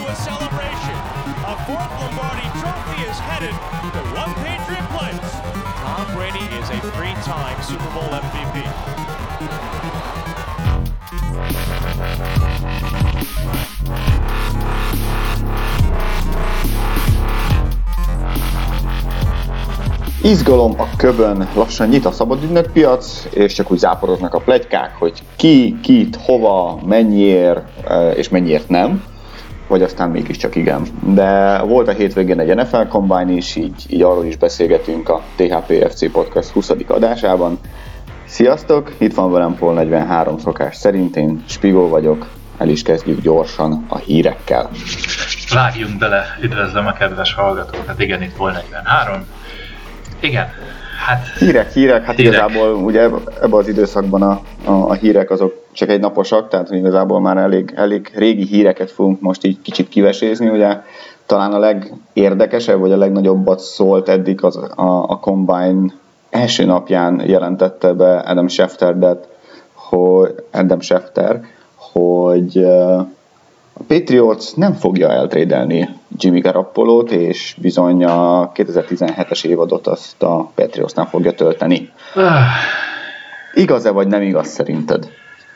a celebration. A fourth Lombardi trophy is headed to one Patriot place. Tom Brady is a three-time Super Bowl MVP. Izgalom a köbön, lassan nyit a szabadügynökpiac, és csak úgy záporoznak a pletykák, hogy ki, kit, hova, mennyiért és mennyiért nem, vagy aztán mégiscsak igen. De volt a hétvégén egy NFL Combine is, így arról is beszélgetünk a THPFC Podcast 20. adásában. Sziasztok, itt van velem Paul 43 szokás szerint, én Spigó vagyok, el is kezdjük gyorsan a hírekkel. Vágjunk bele, üdvözlöm a kedves hallgatókat, igen, itt Paul 43. Igen, hát... Hírek, hát igazából ugye ebben az időszakban a hírek azok csak egy naposak, tehát igazából már elég régi híreket fogunk most így kicsit kivesézni, ugye talán a legérdekesebb, vagy a legnagyobbat szólt eddig a Combine első napján jelentette be Adam Schefter, hogy a Patriots nem fogja eltrédelni Jimmy Garoppolót, és bizony a 2017-es évadot azt a Patriots nem fogja tölteni. Igaz-e vagy nem igaz szerinted?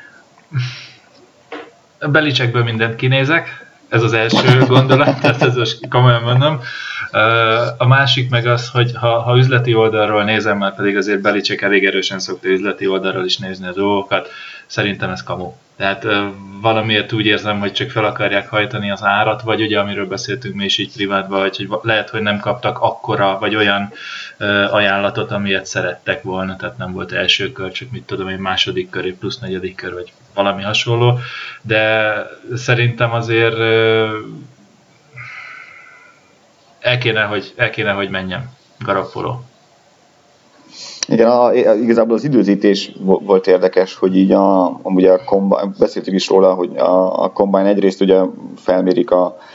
Belichickből mindent kinézek, ez az első gondolat, tehát ez most komolyan mondom. A másik meg az, hogy ha üzleti oldalról nézem, már pedig azért Belichick elég erősen szokta üzleti oldalról is nézni a dolgokat, szerintem ez kamu. Tehát valamiért úgy érzem, hogy csak fel akarják hajtani az árat, vagy ugye amiről beszéltünk mi is így privátban, hogy lehet, hogy nem kaptak akkora, vagy olyan ajánlatot, amilyet szerettek volna, tehát nem volt első kör, csak mit tudom én, második kör, plusz negyedik kör, vagy valami hasonló, de szerintem azért el kéne, hogy menjen Garoppolo. Igen, igazából az időzítés volt érdekes, hogy így amúgy a Combine, beszéltük is róla, hogy a Combine egyrészt ugye felmérik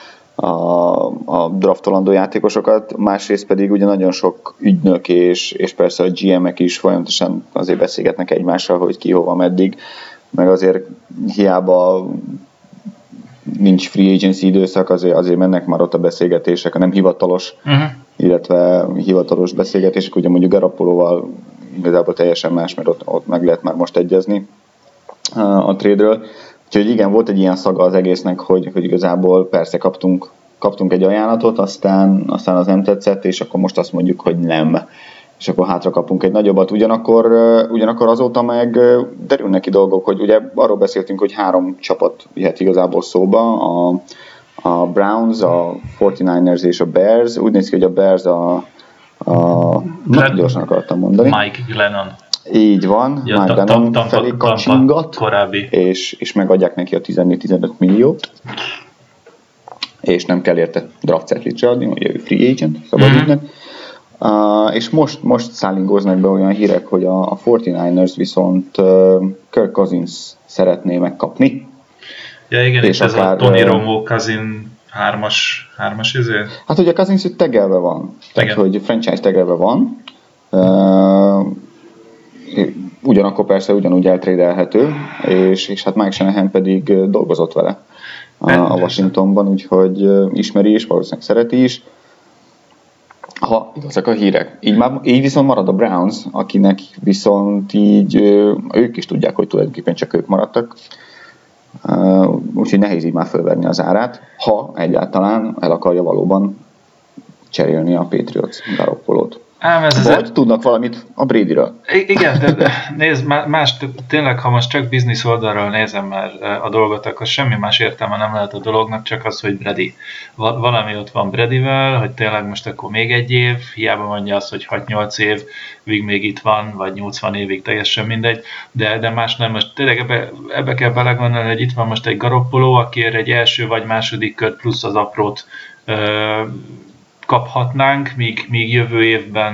a draftolandó játékosokat, másrészt pedig ugye nagyon sok ügynök és persze a GM-ek is folyamatosan azért beszélgetnek egymással, hogy ki hova meddig, meg azért hiába nincs free agency időszak, azért mennek már ott a beszélgetések, a nem hivatalos, illetve hivatalos beszélgetések, ugye mondjuk Garoppolóval igazából teljesen más, mert ott meg lehet már most egyezni a trade-ről. Úgyhogy igen, volt egy ilyen szaga az egésznek, hogy igazából persze kaptunk egy ajánlatot, aztán az nem tetszett, és akkor most azt mondjuk, hogy nem. És akkor hátra kapunk egy nagyobbat. Ugyanakkor azóta meg derülnek ki dolgok, hogy ugye arról beszéltünk, hogy 3 csapat jöhet igazából szóba, a Browns, a 49ers és a Bears. Úgy néz ki, hogy a Bears nagyon gyorsan akartam mondani. Mike Glennon. Így van, ja, Mike Glennon felé kacsingat, és megadják neki a 14-15 milliót. És nem kell érte draft setlit se adni, ugye ő free agent, szabadügynök. És most szállingoznak be olyan hírek, hogy a 49ers viszont Kirk Cousins szeretné megkapni. Ja igen, és ez akár, a Tony Romo Cousin 3-as izé? Hát ugye Cousins itt tegelve van, tehát hogy franchise tegelve van. Ugyanakkor persze ugyanúgy eltrédelhető, és hát Mike Shanahan pedig dolgozott vele a Washingtonban, úgyhogy ismeri és valószínűleg szereti is. Ha igazak a hírek. Így viszont marad a Browns, akinek viszont így ők is tudják, hogy tulajdonképpen csak ők maradtak. Úgyhogy nehéz így már fölverni az árát, ha egyáltalán el akarja valóban cserélni a Patriots Garoppolót. Vagy tudnak valamit a Bradyről. Igen, de nézd, tényleg, ha most csak biznisz oldalról nézem már a dolgot, akkor semmi más értelme nem lehet a dolognak, csak az, hogy Brady. Valami ott van Bradyvel, hogy tényleg most akkor még egy év, hiába mondja azt, hogy 6-8 évig még itt van, vagy 80 évig, teljesen mindegy, de más nem. Most tényleg ebbe kell belegondolni, hogy itt van most egy Garoppolo, akiért egy első vagy második kört plusz az aprót kaphatnánk, míg jövő évben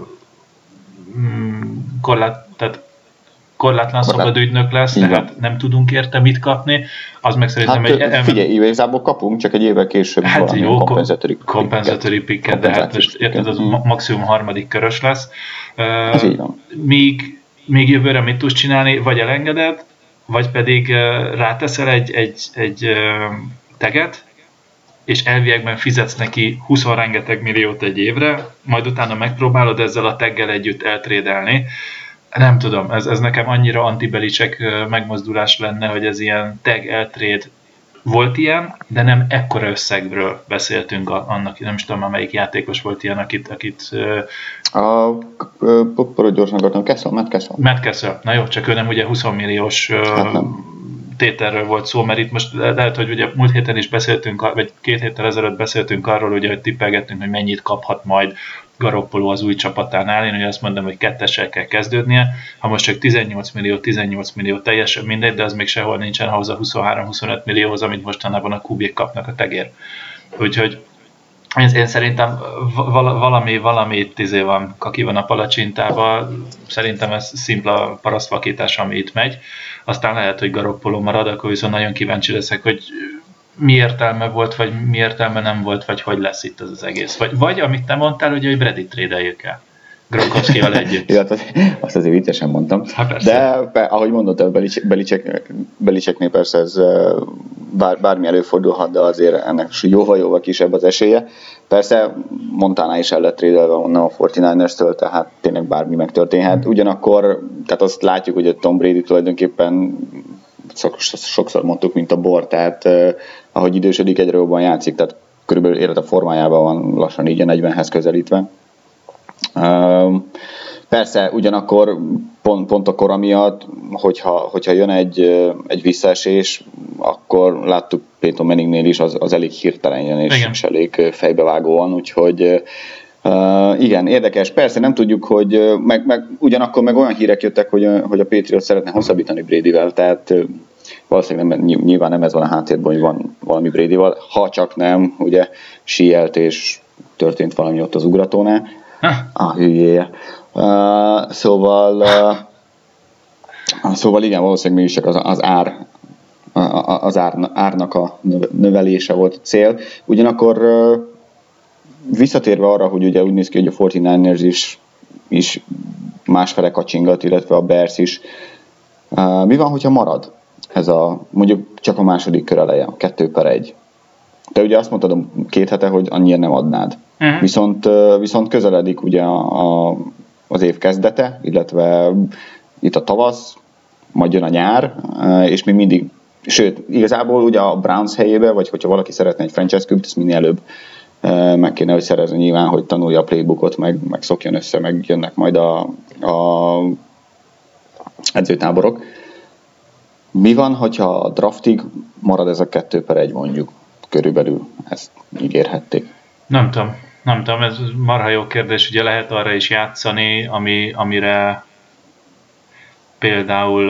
korlátlan szabadügynök lesz, tehát nem tudunk érte mit kapni. Az meg szerintem figyelj, igazából kapunk, csak egy évvel később valami compensatory picket, de hát most érted, az maximum 3. körös lesz. Ez így van. Míg jövőre mit tudsz csinálni, vagy elengeded, vagy pedig ráteszel egy teget, és elviekben fizetsz neki 20 rengeteg milliót egy évre, majd utána megpróbálod ezzel a taggel együtt eltrédelni. Nem tudom, ez nekem annyira anti-Belichick megmozdulás lenne, hogy ez ilyen tag eltréd. Volt ilyen, de nem ekkora összegről beszéltünk annak, nem is tudom már melyik játékos volt ilyen, akit gyorsan akartam, Matt Cassel. Na jó, csak ő nem ugye 20 milliós tételről volt szó, mert itt most lehet, hogy ugye múlt héten is beszéltünk, vagy 2 héttel ezelőtt beszéltünk arról, ugye, hogy tippelgettünk, hogy mennyit kaphat majd Garoppolo az új csapatánál. Én ugye azt mondom, hogy 2-essel kell kezdődnie. Ha most csak 18 millió teljesen mindegy, de az még sehol nincsen ahhoz a 23-25 millióhoz, amit mostanában a QB-k kapnak a tegér. Úgyhogy én szerintem valami van, kaki van a palacsintában, szerintem ez szimpla parasztvakítás, ami itt megy. Aztán lehet, hogy Garoppolo marad, akkor viszont nagyon kíváncsi leszek, hogy mi értelme volt, vagy mi értelme nem volt, vagy hogy lesz itt az egész. Vagy amit te mondtál, ugye, hogy Brady trade-eljük el Gronkowskival együtt. Illetve azt azért viccesen mondtam. De ahogy mondod, Belichicknél persze ez bármi előfordulhat, de azért ennek jóval kisebb az esélye. Persze Montana is el lett trédelve onnan a 49ers-től, tehát tényleg bármi megtörténhet. Ugyanakkor, tehát azt látjuk, hogy a Tom Brady tulajdonképpen sokszor mondtuk, mint a bor, tehát ahogy idősödik, egyre jobban játszik, tehát körülbelül élete formájában van lassan így a 40-hez közelítve. Persze, ugyanakkor pont a kora miatt, hogyha jön egy visszaesés, akkor láttuk Peyton Manningnél is, az elég hirtelen jön, és elég fejbevágóan, úgyhogy igen, érdekes. Persze nem tudjuk, hogy ugyanakkor meg olyan hírek jöttek, hogy a Patriot szeretne hosszabbítani Bradyvel, tehát valószínűleg nyilván nem ez van a háttérben, hogy van valami Bradyval, ha csak nem, ugye síelt és történt valami ott az ugratónál. Hülyéje. Szóval igen, valószínűleg mégis csak az árnak a növelése volt a cél. Ugyanakkor visszatérve arra, hogy ugye úgy néz ki, hogy a 49ers is másfele kacsingat, illetve a Bears is. Mi van, hogyha marad ez mondjuk csak a második kör eleje, 2-1? Te ugye azt mondtad 2 hete, hogy annyira nem adnád. Viszont közeledik ugye az év kezdete, illetve itt a tavasz, majd jön a nyár, és még mindig, sőt, igazából ugye a Browns helyébe, vagy hogyha valaki szeretne egy franchise QB-t, ezt minél előbb meg kéne, hogy szerezni nyilván, hogy tanulja a playbookot, meg szokjon össze, meg jönnek majd a edzőtáborok. Mi van, hogyha a draftig marad ez a 2-1 mondjuk? Körülbelül ezt ígérhették. Nem tudom, ez marha jó kérdés, ugye lehet arra is játszani, amire például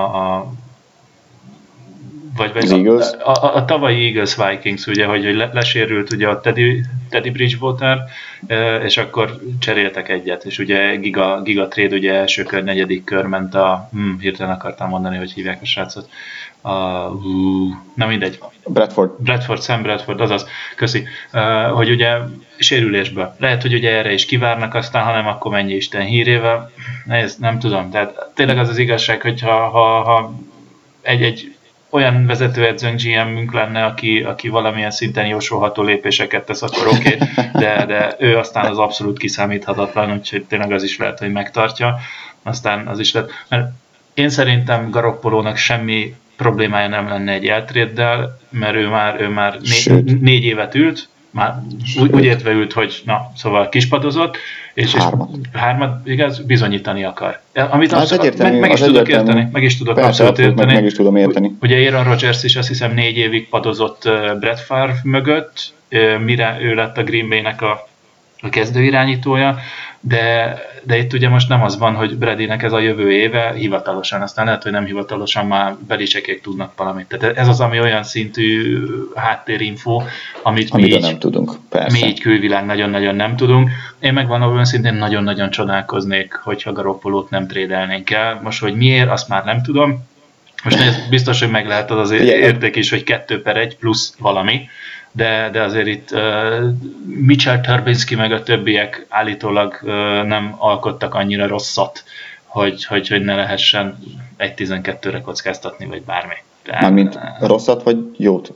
a tavalyi Eagles-Vikings, ugye, hogy lesérült ugye a Teddy Bridgewater, és akkor cseréltek egyet, és ugye giga trade, ugye első kör, 4. kör ment hirtelen akartam mondani, hogy hívják a srácot. Na mindegy. Sam Bradford, azaz, köszi. Hogy ugye sérülésből. Lehet, hogy ugye erre is kivárnak, aztán ha nem, akkor mennyi Isten hírével. Nem tudom. Tehát tényleg az igazság, hogy ha egy olyan vezetőedzőnk, GM-ünk lenne, aki valamilyen szinten jósolható lépéseket tesz, akkor oké, de ő aztán az abszolút kiszámíthatatlan, úgyhogy tényleg az is lehet, hogy megtartja. Aztán az is lehet, mert én szerintem Garoppolónak semmi problémája nem lenne egy eltréddel, mert ő már 4 évet ült, már úgy értve ült, hogy szóval kispadozott, és 3, igaz, bizonyítani akar. Amit meg is tudok érteni. Meg is tudok abszolút érteni. Meg is tudom érteni. Ugye Aaron Rodgers is azt hiszem 4 évig padozott Brett Favre mögött, mire ő lett a Green Bay-nek a kezdőirányítója, de itt ugye most nem az van, hogy Bradynek ez a jövő éve hivatalosan, aztán lehet, hogy nem hivatalosan már Belichickék tudnak valamit. Tehát ez az, ami olyan szintű háttérinfo, amit mi nem tudunk. Persze. Mi így külvilág nagyon-nagyon nem tudunk. Én megvan szintén nagyon-nagyon csodálkoznék, hogyha Garoppolót nem trédelnénk el. Most, hogy miért, azt már nem tudom. Most biztos, hogy meg lehet az érték is, hogy 2-1 plusz valami. De azért itt Mitchell Trubisky meg a többiek állítólag nem alkottak annyira rosszat, hogy ne lehessen 1-12-re kockáztatni, vagy bármi. Mármint rosszat, vagy jót?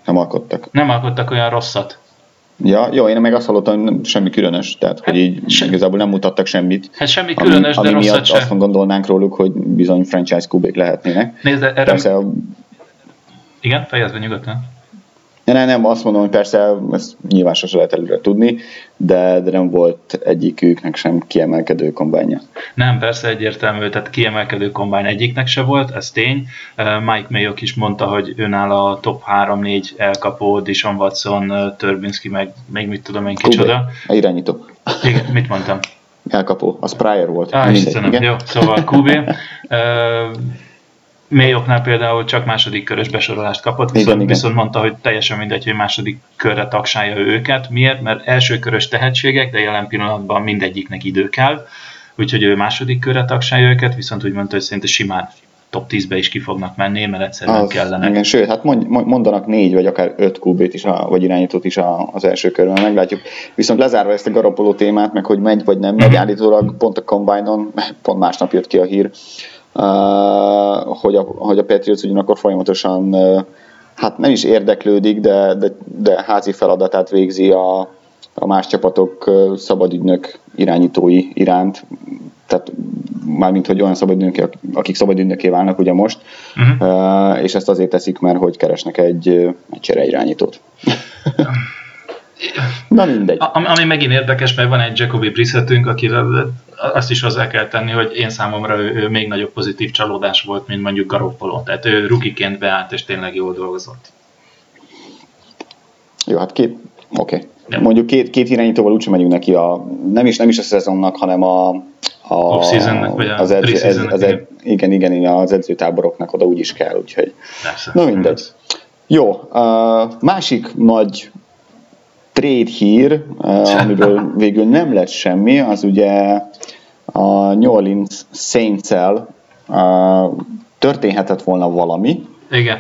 Nem alkottak. Nem alkottak olyan rosszat. Ja, jó, én meg azt hallottam, hogy semmi különös, tehát hogy így igazából nem mutattak semmit. Hát semmi különös, ami de rosszat miatt sem. azt gondolnánk róluk, hogy bizony franchise QB-k lehetnének. Nézd, erre... Persze, igen, fejezd be nyugodtan. Nem, azt mondom, hogy persze ezt nyilván sose lehet előre tudni, de nem volt egyiküknek sem kiemelkedő kombányja. Nem, persze egyértelmű, tehát kiemelkedő kombány egyiknek se volt, ez tény. Mike Mayock is mondta, hogy őnála a top 3-4 elkapó, Deshaun Watson, Turbinski, meg még mit tudom én kicsoda. A irányító. Igen, mit mondtam? Elkapó, az Pryor volt. Istenem, jó, szóval QB. Mayocknál például csak második körös besorolást kapott, viszont mondta, hogy teljesen mindegy, hogy második körre tagsálja őket. Miért? Mert első körös tehetségek, de jelen pillanatban mindegyiknek idő kell, úgyhogy ő második körre tagsálja őket, viszont úgy mondta, hogy szerintem simán top 10-be is ki fognak menni, mert egyszerűen kellene. Igen, sőt, hát mondanak 4 vagy akár 5 QB-t is, vagy irányítót is az első körben, meglátjuk. Viszont lezárva ezt a Garoppolo témát, meg hogy megy vagy nem megy, állítólag pont a Combine-on, pont másnap jött ki a hír, hogy a Patriots ugyanakkor folyamatosan, hát nem is érdeklődik, de házi feladatát végzi a más csapatok szabadügynök irányítói iránt, tehát mármint, hogy olyan szabadügynökké, akik szabadügynökké válnak ugye most, és ezt azért teszik, mert hogy keresnek egy csereirányítót. Na mindegy. Ami megint érdekes, mert van egy Jacoby Brissettünk, akire azt is hozzá kell tenni, hogy én számomra ő még nagyobb pozitív csalódás volt, mint mondjuk Garoppolo. Tehát ő rukiként beállt, és tényleg jól dolgozott. Jó, hát oké. Mondjuk két irányítóval úgysem megyünk neki nem is a szezonnak, hanem off-seasonnek, vagy igen, az edzőtáboroknak oda úgy is kell, úgyhogy persze. Na mindegy. Jó, másik nagy trade hír, amiből végül nem lett semmi, az ugye a New Orleans Saints-el történhetett volna valami. Igen.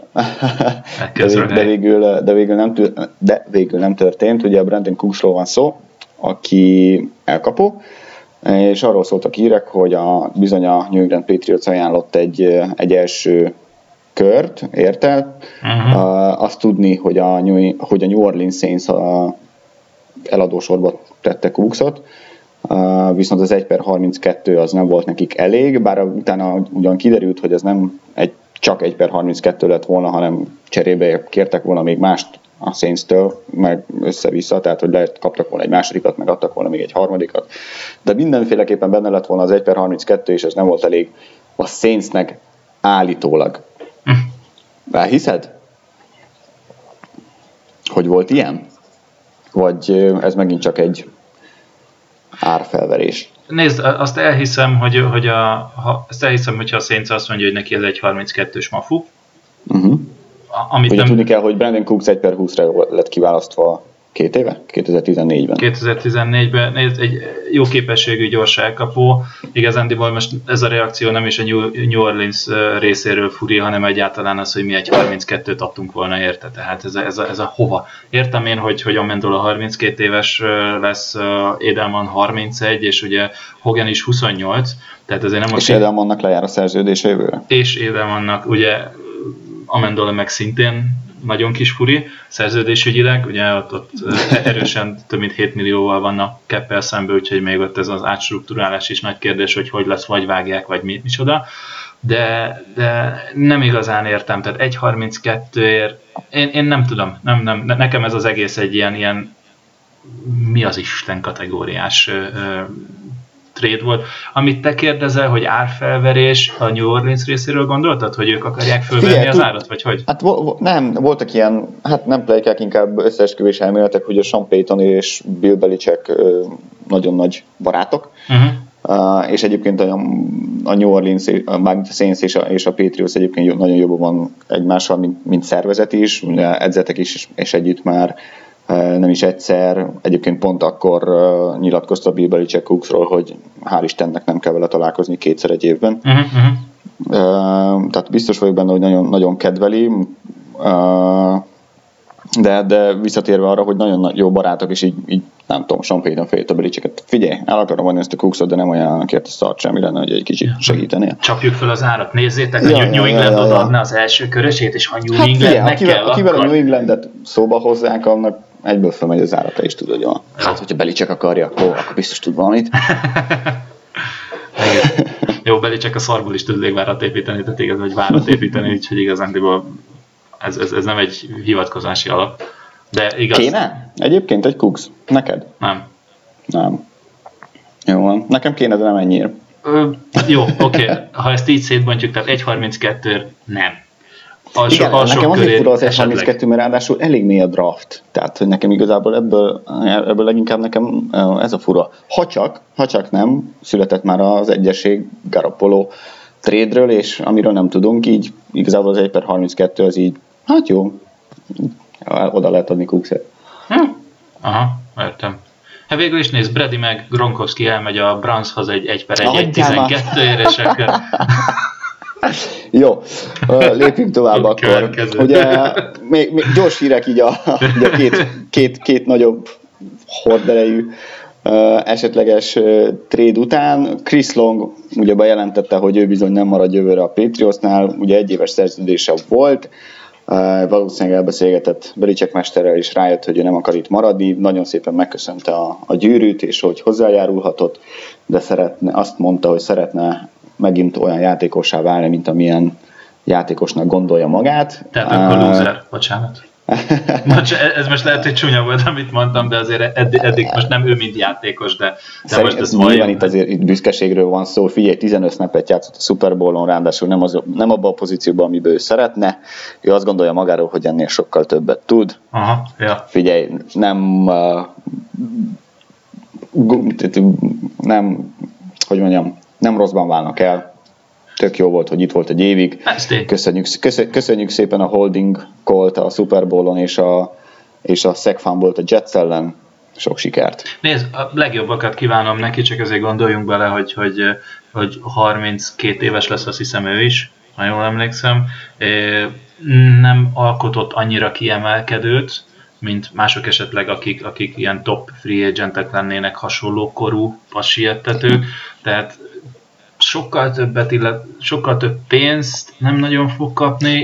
De végül nem történt. Ugye Brandon Cooksról van szó, aki elkapó, és arról szóltak hírek, hogy bizony a New England Patriots ajánlott egy első kört, érted? Azt tudni, hogy a New Orleans Saints eladósorba tette Cooksot, viszont az 1/32 az nem volt nekik elég, bár utána ugyan kiderült, hogy ez nem csak 1/32 lett volna, hanem cserébe kértek volna még mást a Saints-től, meg össze-vissza, tehát hogy kaptak volna egy másodikat, meg adtak volna még egy harmadikat, de mindenféleképpen benne lett volna az 1/32, és ez nem volt elég a Saintsnek állítólag. Hiszed? Hogy volt ilyen? Vagy ez megint csak egy árfelverés? Nézd, azt elhiszem, hogyha a Saints azt mondja, hogy neki ez egy 32-ös mafu. Ugye tudni kell, hogy Brandon Cooks 1/20-ra lett kiválasztva 2 éve? 2014-ben. 2014-ben egy jó képességű gyors elkapó. Igazándiból most ez a reakció nem is a New Orleans részéről furi, hanem egyáltalán az, hogy mi egy 32-t adtunk volna érte. Tehát ez a hova. Értem én, hogy Amendola 32 éves lesz, Edelman 31, és ugye Hogan is 28. Tehát ezért nem és Edelmannak lejár a szerződése jövőre. És Edelmannak ugye Amendola meg szintén nagyon kis furi szerződésügyileg, ugye ott erősen több mint 7 millióval vannak cap-el szembe, úgyhogy még ott ez az átstruktúrálás is nagy kérdés, hogy lesz, vagy vágják, vagy micsoda. De nem igazán értem, tehát 1/32-ért én nem tudom, nem, nekem ez az egész egy ilyen mi az Isten kategóriás trade volt. Amit te kérdezel, hogy árfelverés a New Orleans részéről gondoltad, hogy ők akarják fölvenni az árat, vagy hogy? Hát nem, voltak ilyen, hát nem plejkák, inkább összeesküvés elméletek, hogy a Sean Payton és Bill Belichick nagyon nagy barátok, és egyébként a New Orleans, mármint a Saints és a Patriots egyébként nagyon jobban van egymással, mint szervezet is, ugye edzetek is, és együtt már nem is egyszer, egyébként pont akkor nyilatkozta Bill Belichick Cooksról, hogy hál' Istennek nem kell vele találkozni 2-szer egy évben. Tehát biztos vagyok benne, hogy nagyon, nagyon kedveli, de visszatérve arra, hogy nagyon jó barátok, és így nem tudom, Sean Payton fél több Belichicket. Figyelj, el akarom adni ezt a Cooksot, de nem olyan kért a szart semmi lenne, hogy egy kicsit segítenél. Csapjuk fel az árat, nézzétek, a New England odaadna az első körösét, és ha New Englandnek kell, akivel a New Englandet szóba hozzák, annak egyből felmegy az ára, te is tudod, hogy hát, hogyha Belichick akarja, akkor biztos tud valamit. Jó, Belichick a szarból is tud végvárat építeni, tehát igaz, hogy várat építeni, úgyhogy igazándiból ez nem egy hivatkozási alap. De igaz... Kéne? Egyébként egy Cooks? Neked? Nem. Jó van. Nekem kéne, de nem ennyire. Jó, oké. Ha ezt így szétbontjuk, tehát 1.32 nem. Igen, nekem azért fura az 1.32, mert ráadásul elég mély a draft. Tehát, hogy nekem igazából ebből leginkább nekem ez a fura. Ha csak nem, született már az egyesség Garoppolo trade-ről, és amiről nem tudunk, így igazából az 1.32 az így, hát jó, oda lehet adni Cookset. Aha, értem. Hát végül is nézd, Brady meg Gronkowski elmegy a Brownshoz egy 1.12-ért, és akkor... Jó, lépjünk tovább akkor. Ugye, még gyors hírek így a két nagyobb horderejű esetleges trade után. Chris Long ugye bejelentette, hogy ő bizony nem marad jövőre a Patriotsnál, ugye 1 éves szerződése volt, valószínűleg elbeszélgetett Belichick mesterrel, és rájött, hogy ő nem akar itt maradni, nagyon szépen megköszönte a gyűrűt, és hogy hozzájárulhatott, de azt mondta, hogy szeretne megint olyan játékossá válni, mint amilyen játékosnak gondolja magát. Tehát akkor loser, bocsánat. Ez most lehet, hogy csúnya volt, amit mondtam, de azért eddig most nem ő, mint játékos, de most ez nyilván itt büszkeségről van szó. Figyelj, 15 snappet játszott a Super Bowl-on, ráadásul nem abban a pozícióban, amiből ő szeretne. Ő azt gondolja magáról, hogy ennél sokkal többet tud. Aha, ja. Figyelj, nem, hogy mondjam, nem rosszban válnak el. Tök jó volt, hogy itt volt egy évig. Köszönjük szépen a holding call-t a Super Bowl-on és a sack fumble-t a Jets ellen. Sok sikert. Nézd, a legjobbakat kívánom neki, csak azért gondoljunk bele, hogy 32 éves lesz, azt hiszem ő is, ha jól emlékszem. Nem alkotott annyira kiemelkedőt, mint mások esetleg, akik ilyen top free agentek lennének, hasonló korú passietetők. Tehát sokkal több pénzt nem nagyon fog kapni,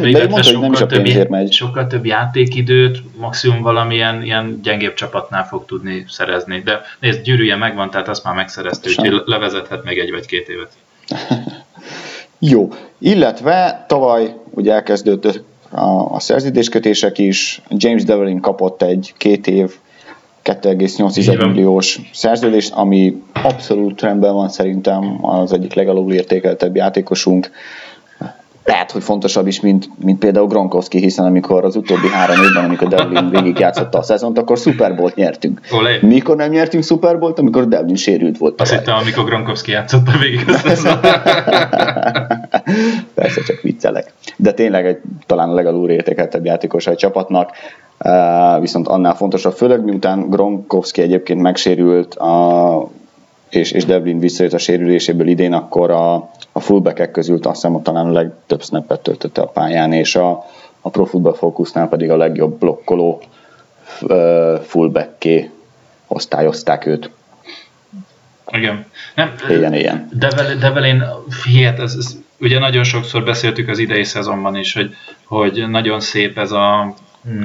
sokkal több játékidőt, maximum valamilyen ilyen gyengébb csapatnál fog tudni szerezni. De nézd, gyűrűje megvan, tehát azt már megszerezte, úgyhogy levezethet meg 1 vagy 2 évet. Jó, illetve tavaly ugye elkezdődött a szerződéskötések is, James Develin kapott egy 2 év 2,8 milliós szerződést, ami abszolút rendben van szerintem, az egyik legalul értékeltebb játékosunk. Lehet, hogy fontosabb is, mint például Gronkowski, hiszen amikor az utóbbi 3 évben, amikor Devlin végigjátszotta a szezont, akkor Super Bowl-t nyertünk. Olé. Mikor nem nyertünk Super Bowl-t? Amikor Devlin sérült volt. Azt hittem, amikor Gronkowski játszotta végig a szezont. Persze, csak viccelek. De tényleg talán a legalul értékeltebb játékos a csapatnak. Viszont annál fontosabb, főleg miután Gronkowski egyébként megsérült, és Devlin visszajött a sérüléséből idén, akkor a fullbackek közül azt hiszem, talán a legtöbb snappet töltötte a pályán, és a Pro Football Focusnál pedig a legjobb blokkoló fullbackké osztályozták őt. Igen. Nem, ilyen. Develin, hihet, ez ugye nagyon sokszor beszéltük az idei szezonban is, hogy nagyon szép ez a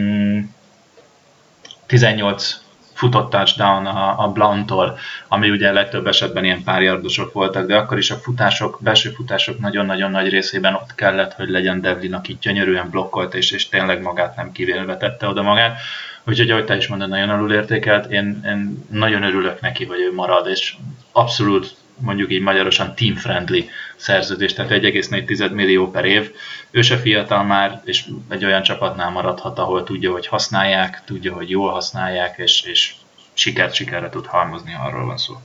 18 futott touchdown a Blountól, ami ugye legtöbb esetben ilyen párjardosok voltak, de akkor is a belső futások nagyon-nagyon nagy részében ott kellett, hogy legyen Devlin, aki gyönyörűen blokkolt, és tényleg magát nem kivélve tette oda magát. Úgyhogy, ahogy te is mondod, nagyon alulértékelt, én nagyon örülök neki, hogy ő marad, és abszolút mondjuk így magyarosan team-friendly szerződés, tehát 1,4 millió per év. Ő se fiatal már, és egy olyan csapatnál maradhat, ahol tudja, hogy használják, tudja, hogy jól használják, és sikerre tud halmozni, arról van szó.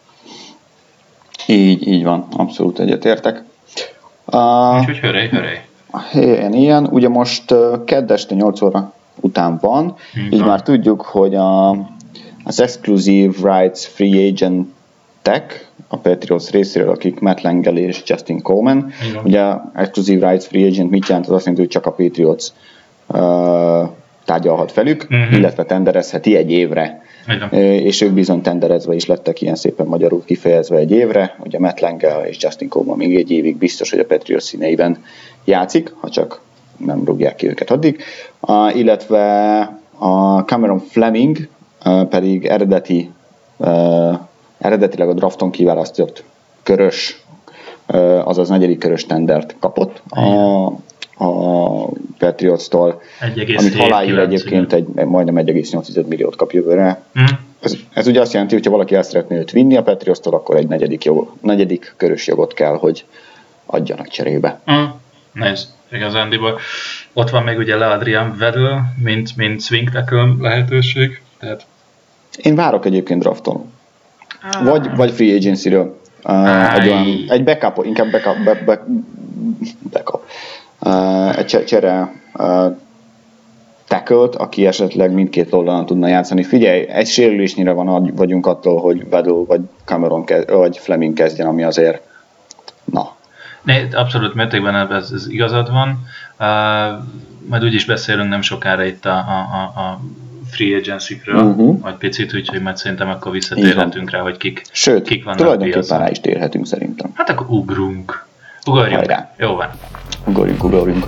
Így van, abszolút egyetértek. Úgyhogy hörrej. Ilyen, ugye most kedd este 8 óra után van, így már tudjuk, hogy az Exclusive Rights Free Agent a Patriots részéről, akik Matt Langell és Justin Coleman. Ugye Exclusive Rights Free Agent mit jelent? Az azt jelenti, hogy csak a Patriots tárgyalhat velük, illetve tenderezheti 1 évre és ők bizony tenderezve is lettek ilyen szépen magyarul kifejezve egy évre. Ugye Matt Langell és Justin Coleman még egy évig biztos, hogy a Patriots színeiben játszik, ha csak nem rúgják ki őket addig. Illetve a Cameron Fleming pedig eredetileg a drafton kiválasztott körös, azaz 4. körös tendert kapott a Patriots-tól, amit haláig egyébként majdnem 1,8 milliót kap jövőre. Ez ugye azt jelenti, hogy ha valaki el szeretné őt vinni a Patriots-tól, akkor egy 4. körös jogot kell, hogy adjanak cserébe. Nézd, igazándiból. Ott van még ugye Adrian Weddle, mint swing tackle lehetőség. Tehát... Én várok egyébként drafton. Vagy free agency-ről. Egy backup, inkább backup. Egy csere tackle-t, aki esetleg mindkét oldalon tudna játszani. Figyelj, egy sérülésnyire vagyunk attól, hogy Weddle vagy Cameron vagy Fleming kezdjen, ami azért abszolút mértékben ez igazad van. Majd úgyis beszélünk nem sokára itt a free agency-kről, vagy picit, úgyhogy majd szerintem akkor visszatérhetünk rá, hogy kik vannak tulajdonképpen rá is térhetünk szerintem. Hát akkor ugorjunk. Hajrá. Jó van. Ugorjunk.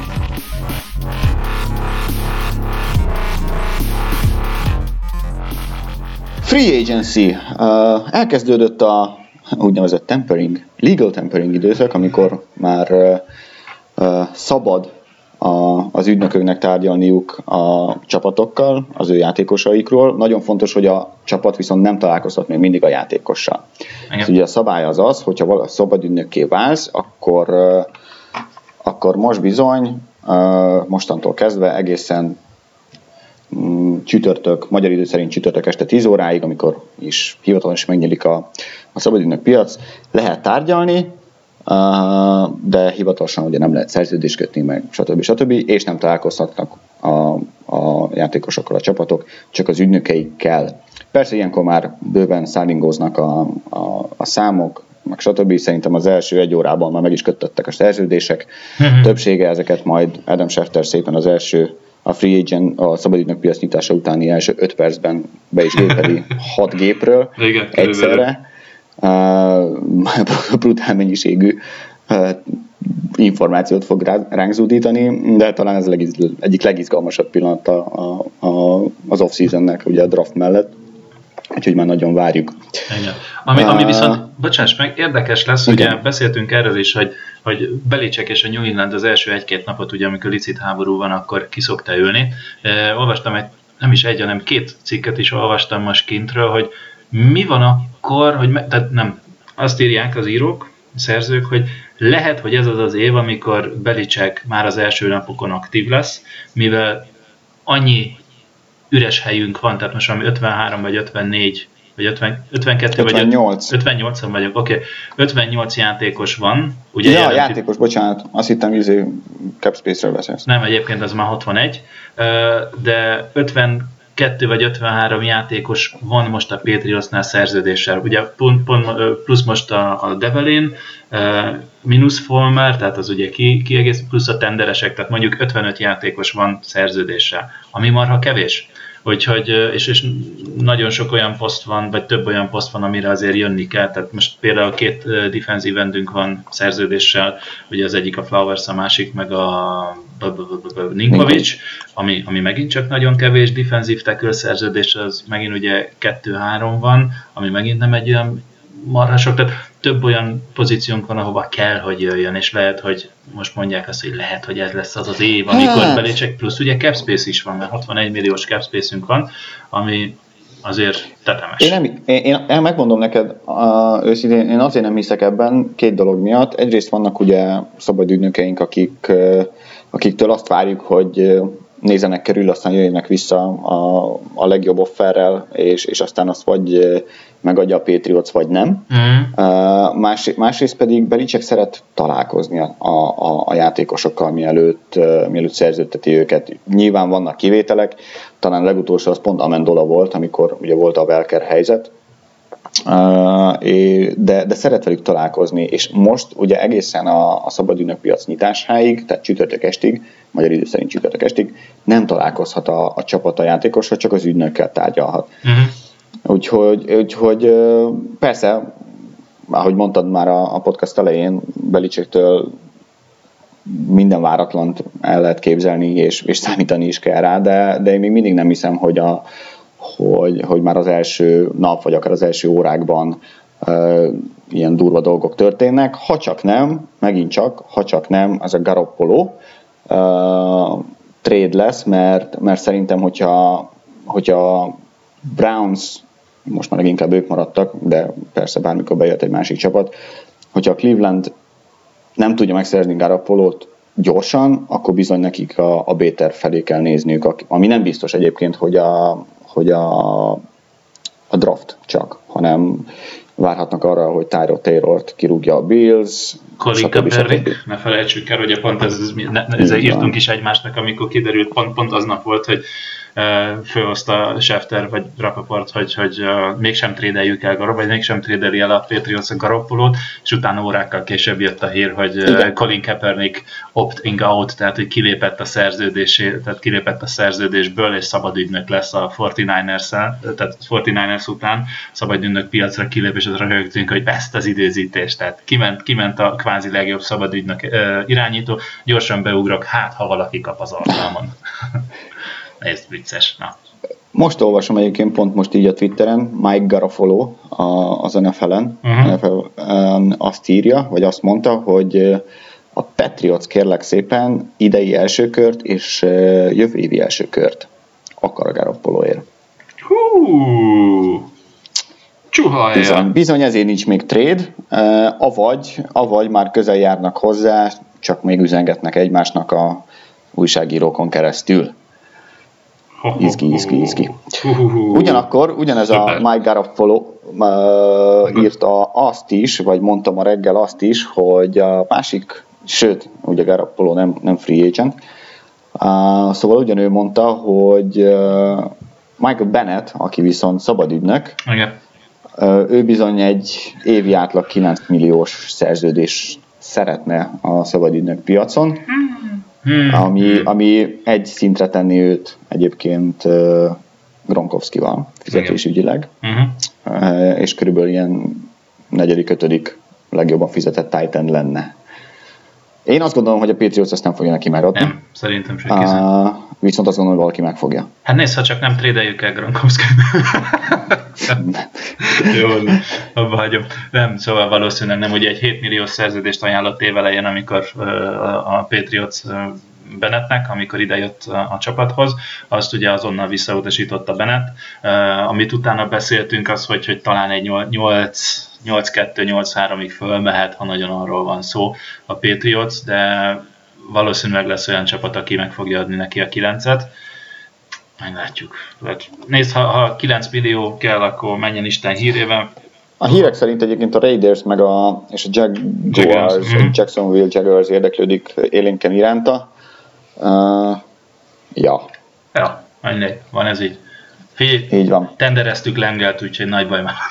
Free agency. Elkezdődött a úgynevezett legal tampering időszak, amikor már szabad az ügynököknek tárgyalniuk a csapatokkal, az ő játékosaikról. Nagyon fontos, hogy a csapat viszont nem találkozhat még mindig a játékossal. Ez ugye a szabály az, hogyha szabad ügynökké válsz, akkor most bizony, mostantól kezdve egészen csütörtök, magyar idő szerint csütörtök este 10 óráig, amikor is hivatalosan megnyílik a szabadügynök piac, lehet tárgyalni, de hivatalosan ugye nem lehet szerződést kötni meg, stb. És nem találkozhatnak a játékosokkal a csapatok, csak az ügynökeikkel. Persze ilyenkor már bőven szállingóznak a számok, meg stb. Szerintem az első 1 órában már meg is kötöttek a szerződések. Többsége ezeket majd Adam Schefter szépen az első a free agent, a szabadügynök piac nyitása utáni első 5 percben be is gépeli 6 gépről egyszerre. Brutál mennyiségű információt fog ránk zúdítani, de talán ez egyik legizgalmasabb pillanat az off-seasonnek, ugye a draft mellett. Úgyhogy már nagyon várjuk. Ami viszont, bocsáss meg, érdekes lesz, igen. Ugye beszéltünk erről is, hogy Belichick és a New England az első 1-2 napot, ugye, amikor licit háború van, akkor ki szokta ülni. Olvastam nem is egy, hanem 2 cikket is olvastam most kintről, hogy mi van akkor, tehát nem, azt írják az írók, a szerzők, hogy lehet, hogy ez az év, amikor Belichick már az első napokon aktív lesz, mivel annyi üres helyünk van, tehát most valami 53 vagy 54, vagy 52 58. vagy 58-on vagyok, oké. 58 játékos van. Ugye játékos, bocsánat, azt hittem, cap space-ről beszélsz. Nem, egyébként az már 61, de 52 vagy 53 játékos van most a Patriotsnál szerződéssel. Ugye plusz most a Develin, mínusz Fulmer, tehát az ugye kiegész, plusz a tenderesek, tehát mondjuk 55 játékos van szerződéssel, ami marha kevés. Úgyhogy, és nagyon sok olyan poszt van, vagy több olyan poszt van, amire azért jönni kell. Tehát most például 2 defensív endünk van szerződéssel, ugye az egyik a Flowers, a másik meg a Ninkovic, ami megint csak nagyon kevés, defensív tackle szerződés, az megint ugye 2-3 van, ami megint nem egy olyan marha sok, tehát több olyan pozíciónk van, ahova kell, hogy jöjjön, és lehet, hogy most mondják azt, hogy lehet, hogy ez lesz az év, amikor Belichick, plusz ugye cap space is van, mert 61 milliós cap space-ünk van, ami azért tetemes. Én megmondom neked, őszintén, én azért nem hiszek ebben 2 dolog miatt. Egyrészt vannak ugye szabad ügynökeink, akiktől azt várjuk, hogy nézenek körül, aztán jöjjenek vissza a legjobb offerrel, és aztán azt vagy megadja a Patriots, vagy nem. Másrészt pedig Belichick szeret találkozni a játékosokkal, mielőtt szerződteti őket. Nyilván vannak kivételek, talán a legutolsó az pont Amendola volt, amikor ugye volt a Welker helyzet, de szeret velük találkozni, és most ugye egészen a szabadügynök piac nyitásáig, tehát csütörtök estig, magyar idő szerint csütörtök estig, nem találkozhat a csapat a játékossal, csak az ügynökkel tárgyalhat. Úgyhogy persze, ahogy mondtad már a podcast elején, Belichicktől minden váratlant el lehet képzelni, és számítani is kell rá, de én még mindig nem hiszem, hogy már az első nap, vagy akár az első órákban ilyen durva dolgok történnek, ha csak nem, az a Garoppolo trade lesz, mert szerintem, hogyha Browns, most már inkább ők maradtak, de persze bármikor bejött egy másik csapat, hogyha a Cleveland nem tudja megszerezni Garoppolót gyorsan, akkor bizony nekik a B-terv felé kell nézniük, ami nem biztos egyébként, hogy a draft csak, hanem várhatnak arra, hogy Tyrod Taylort kirúgja a Bills. Colin Kaepernick, ne felejtsük el, hogy pont ezzel írtunk is egymásnak, amikor kiderült, pont aznap volt, hogy főhozta Schefter vagy Rappaport, hogy mégsem trédeljük el, vagy mégsem trédeli el a Patriots a Garoppolót, és utána órákkal később jött a hír, hogy Colin Kaepernick opting out, tehát hogy kilépett a szerződésből, és szabadügynök lesz a 49ers-el, tehát 49ers után szabadügynök piacra kilép, és azra rögtünk, hogy ezt az időzítés, tehát kiment a kvázi legjobb szabadügynök irányító, gyorsan beugrok, ha valaki kap az alkalmon. Ez vicces, na. Most olvasom egyébként pont most így a Twitteren, Mike Garafolo az NFL-en, azt írja, vagy azt mondta, hogy a Patriots kérlek szépen idei első kört és jövő évi első kört akar a Garafoloért. Csuhaja. Bizony ezért nincs még trade, avagy már közel járnak hozzá, csak még üzengetnek egymásnak a újságírókon keresztül. Izgi. Ugyanakkor, ugyanez a Mike Garafolo írta azt is, vagy mondta ma reggel azt is, hogy a másik, sőt, ugye Garafolo nem free agent, szóval ugyanő mondta, hogy Michael Bennett, aki viszont szabadügynök, ő bizony egy évi átlag 9 milliós szerződést szeretne a szabadügynök piacon, ami egy szintre tenni őt egyébként Gronkowskival fizetésügyileg, és körülbelül ilyen 4.-5. legjobban fizetett tight end lenne. Én azt gondolom, hogy a Patriots ezt nem fogja neki megadni. Nem, szerintem senki. Viszont azt gondolom, hogy valaki megfogja. Hát nézd, ha csak nem trédeljük el Gronkowskit. Jó, abba hagyom. Nem, szóval valószínűleg nem, ugye egy 7 milliós szerződést ajánlott évelején, amikor a Patriots Bennettnek, amikor idejött a csapathoz, azt ugye azonnal visszautasította Bennett. Amit utána beszéltünk, az, hogy talán egy 8-2-8-3-ig fölmehet, ha nagyon arról van szó a Patriots, de valószínűleg lesz olyan csapat, aki meg fogja adni neki a 9-et. Meglátjuk. Nézd, ha 9 millió kell, akkor menjen Isten hírével. A hírek szerint egyébként a Raiders és a Jacksonville Jaguars érdeklődik élénken iránta. Ja, mindegy, van ez így. Figyelj, így van. Tendereztük Lengelt, úgyhogy nagy baj már.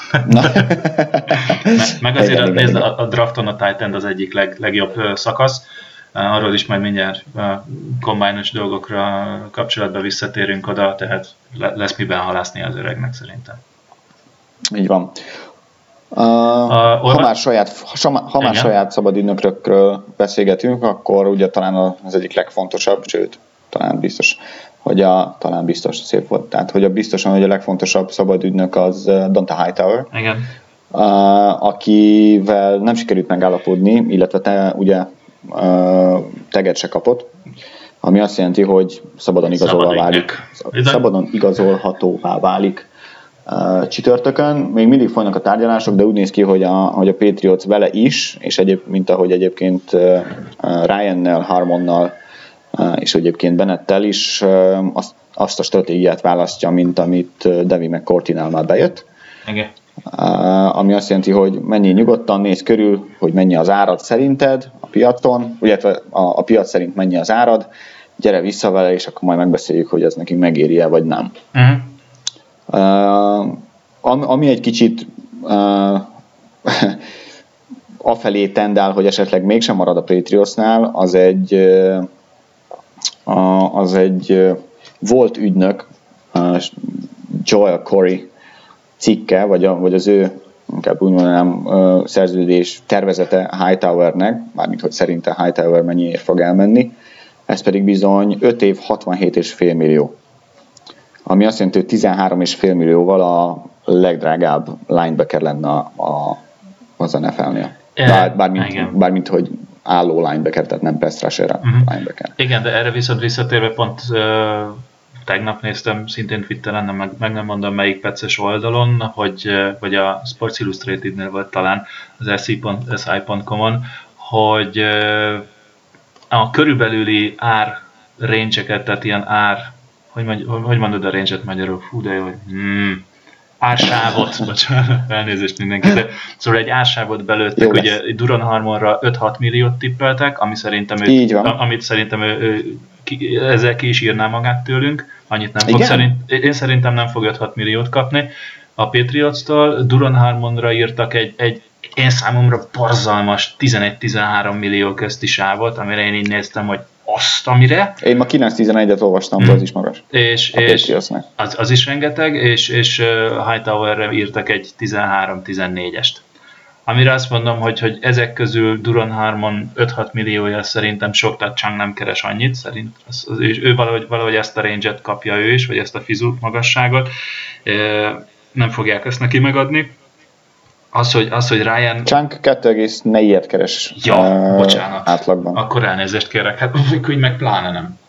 Meg azért nézd, a drafton a tight end az egyik legjobb szakasz. Arról is majd mindjárt combine-os dolgokra kapcsolatban visszatérünk oda, tehát lesz miben halászni az öregnek szerintem. Így van. Ha már saját szabadügynökről beszélgetünk, akkor ugye talán az egyik legfontosabb, sőt, talán biztos, szép volt, tehát hogy biztosan, hogy a legfontosabb szabadügynök az Donta Hightower. Igen. Akivel nem sikerült megállapodni, illetve te ugye teget se kapott, ami azt jelenti, hogy szabadon igazolhatóvá válik csütörtökön. Még mindig folynak a tárgyalások, de úgy néz ki, hogy a Patriots vele is, és mint ahogy egyébként Ryannel, Harmonnal és egyébként Bennettel is azt a stratégiát választja, mint amit Devin McCourtinál már bejött. Okay. Ami azt jelenti, hogy mennyi nyugodtan, néz körül, hogy mennyi az árad szerinted a piacon, illetve a piac szerint mennyi az árad, gyere vissza vele, és akkor majd megbeszéljük, hogy ez nekünk megéri-e, vagy nem. Ami egy kicsit afelé tendál, hogy esetleg mégsem marad a Patriotsnál, az egy volt ügynök, Joel Corey cikke, vagy az ő, inkább úgy mondanám, szerződés tervezete Hightowernek, mármint hogy szerinte Hightower mennyiért fog elmenni, ez pedig bizony 5 év 67,5 millió. Ami azt jelenti, hogy 13,5 millióval a legdrágább linebacker lenne az NFL-nél. Bármint, hogy álló linebacker, tehát nem pass rusher linebacker. Igen, de erre viszont visszatérve pont tegnap néztem szintén Twitteren, meg nem mondom melyik perces oldalon, vagy a Sports Illustrated-nél volt talán az SI.com-on, hogy a körülbelüli ár range-eket, tehát ilyen hogy mondod a range-et magyarul? Fú, de jó, ársávot, bocsánat, elnézést mindenki, de szóval egy ársávot belőttek, ugye Duron Harmonra 5-6 milliót tippeltek, amit szerintem ő ezzel ki is írná magát tőlünk, annyit nem fog, én szerintem nem fog 5-6 milliót kapni a Patriots-tól. Duron Harmonra írtak egy én számomra borzalmas 11-13 millió közti sávot, amire én így néztem, hogy azt, amire. Én ma 9-11-et olvastam, de az is magas. És az is rengeteg, és Hightowerre írtak egy 13-14-est. Amire azt mondom, hogy ezek közül Duron Harmon 5-6 milliója szerintem sok touchdown nem keres annyit, és ő valahogy ezt a range-et kapja ő is, vagy ezt a fizu magasságot. Nem fogják ezt neki megadni. Az, hogy Ryan... Chunk 2,4-et keres bocsánat. Átlagban. Akkor elnézést kérek, hát így meg pláne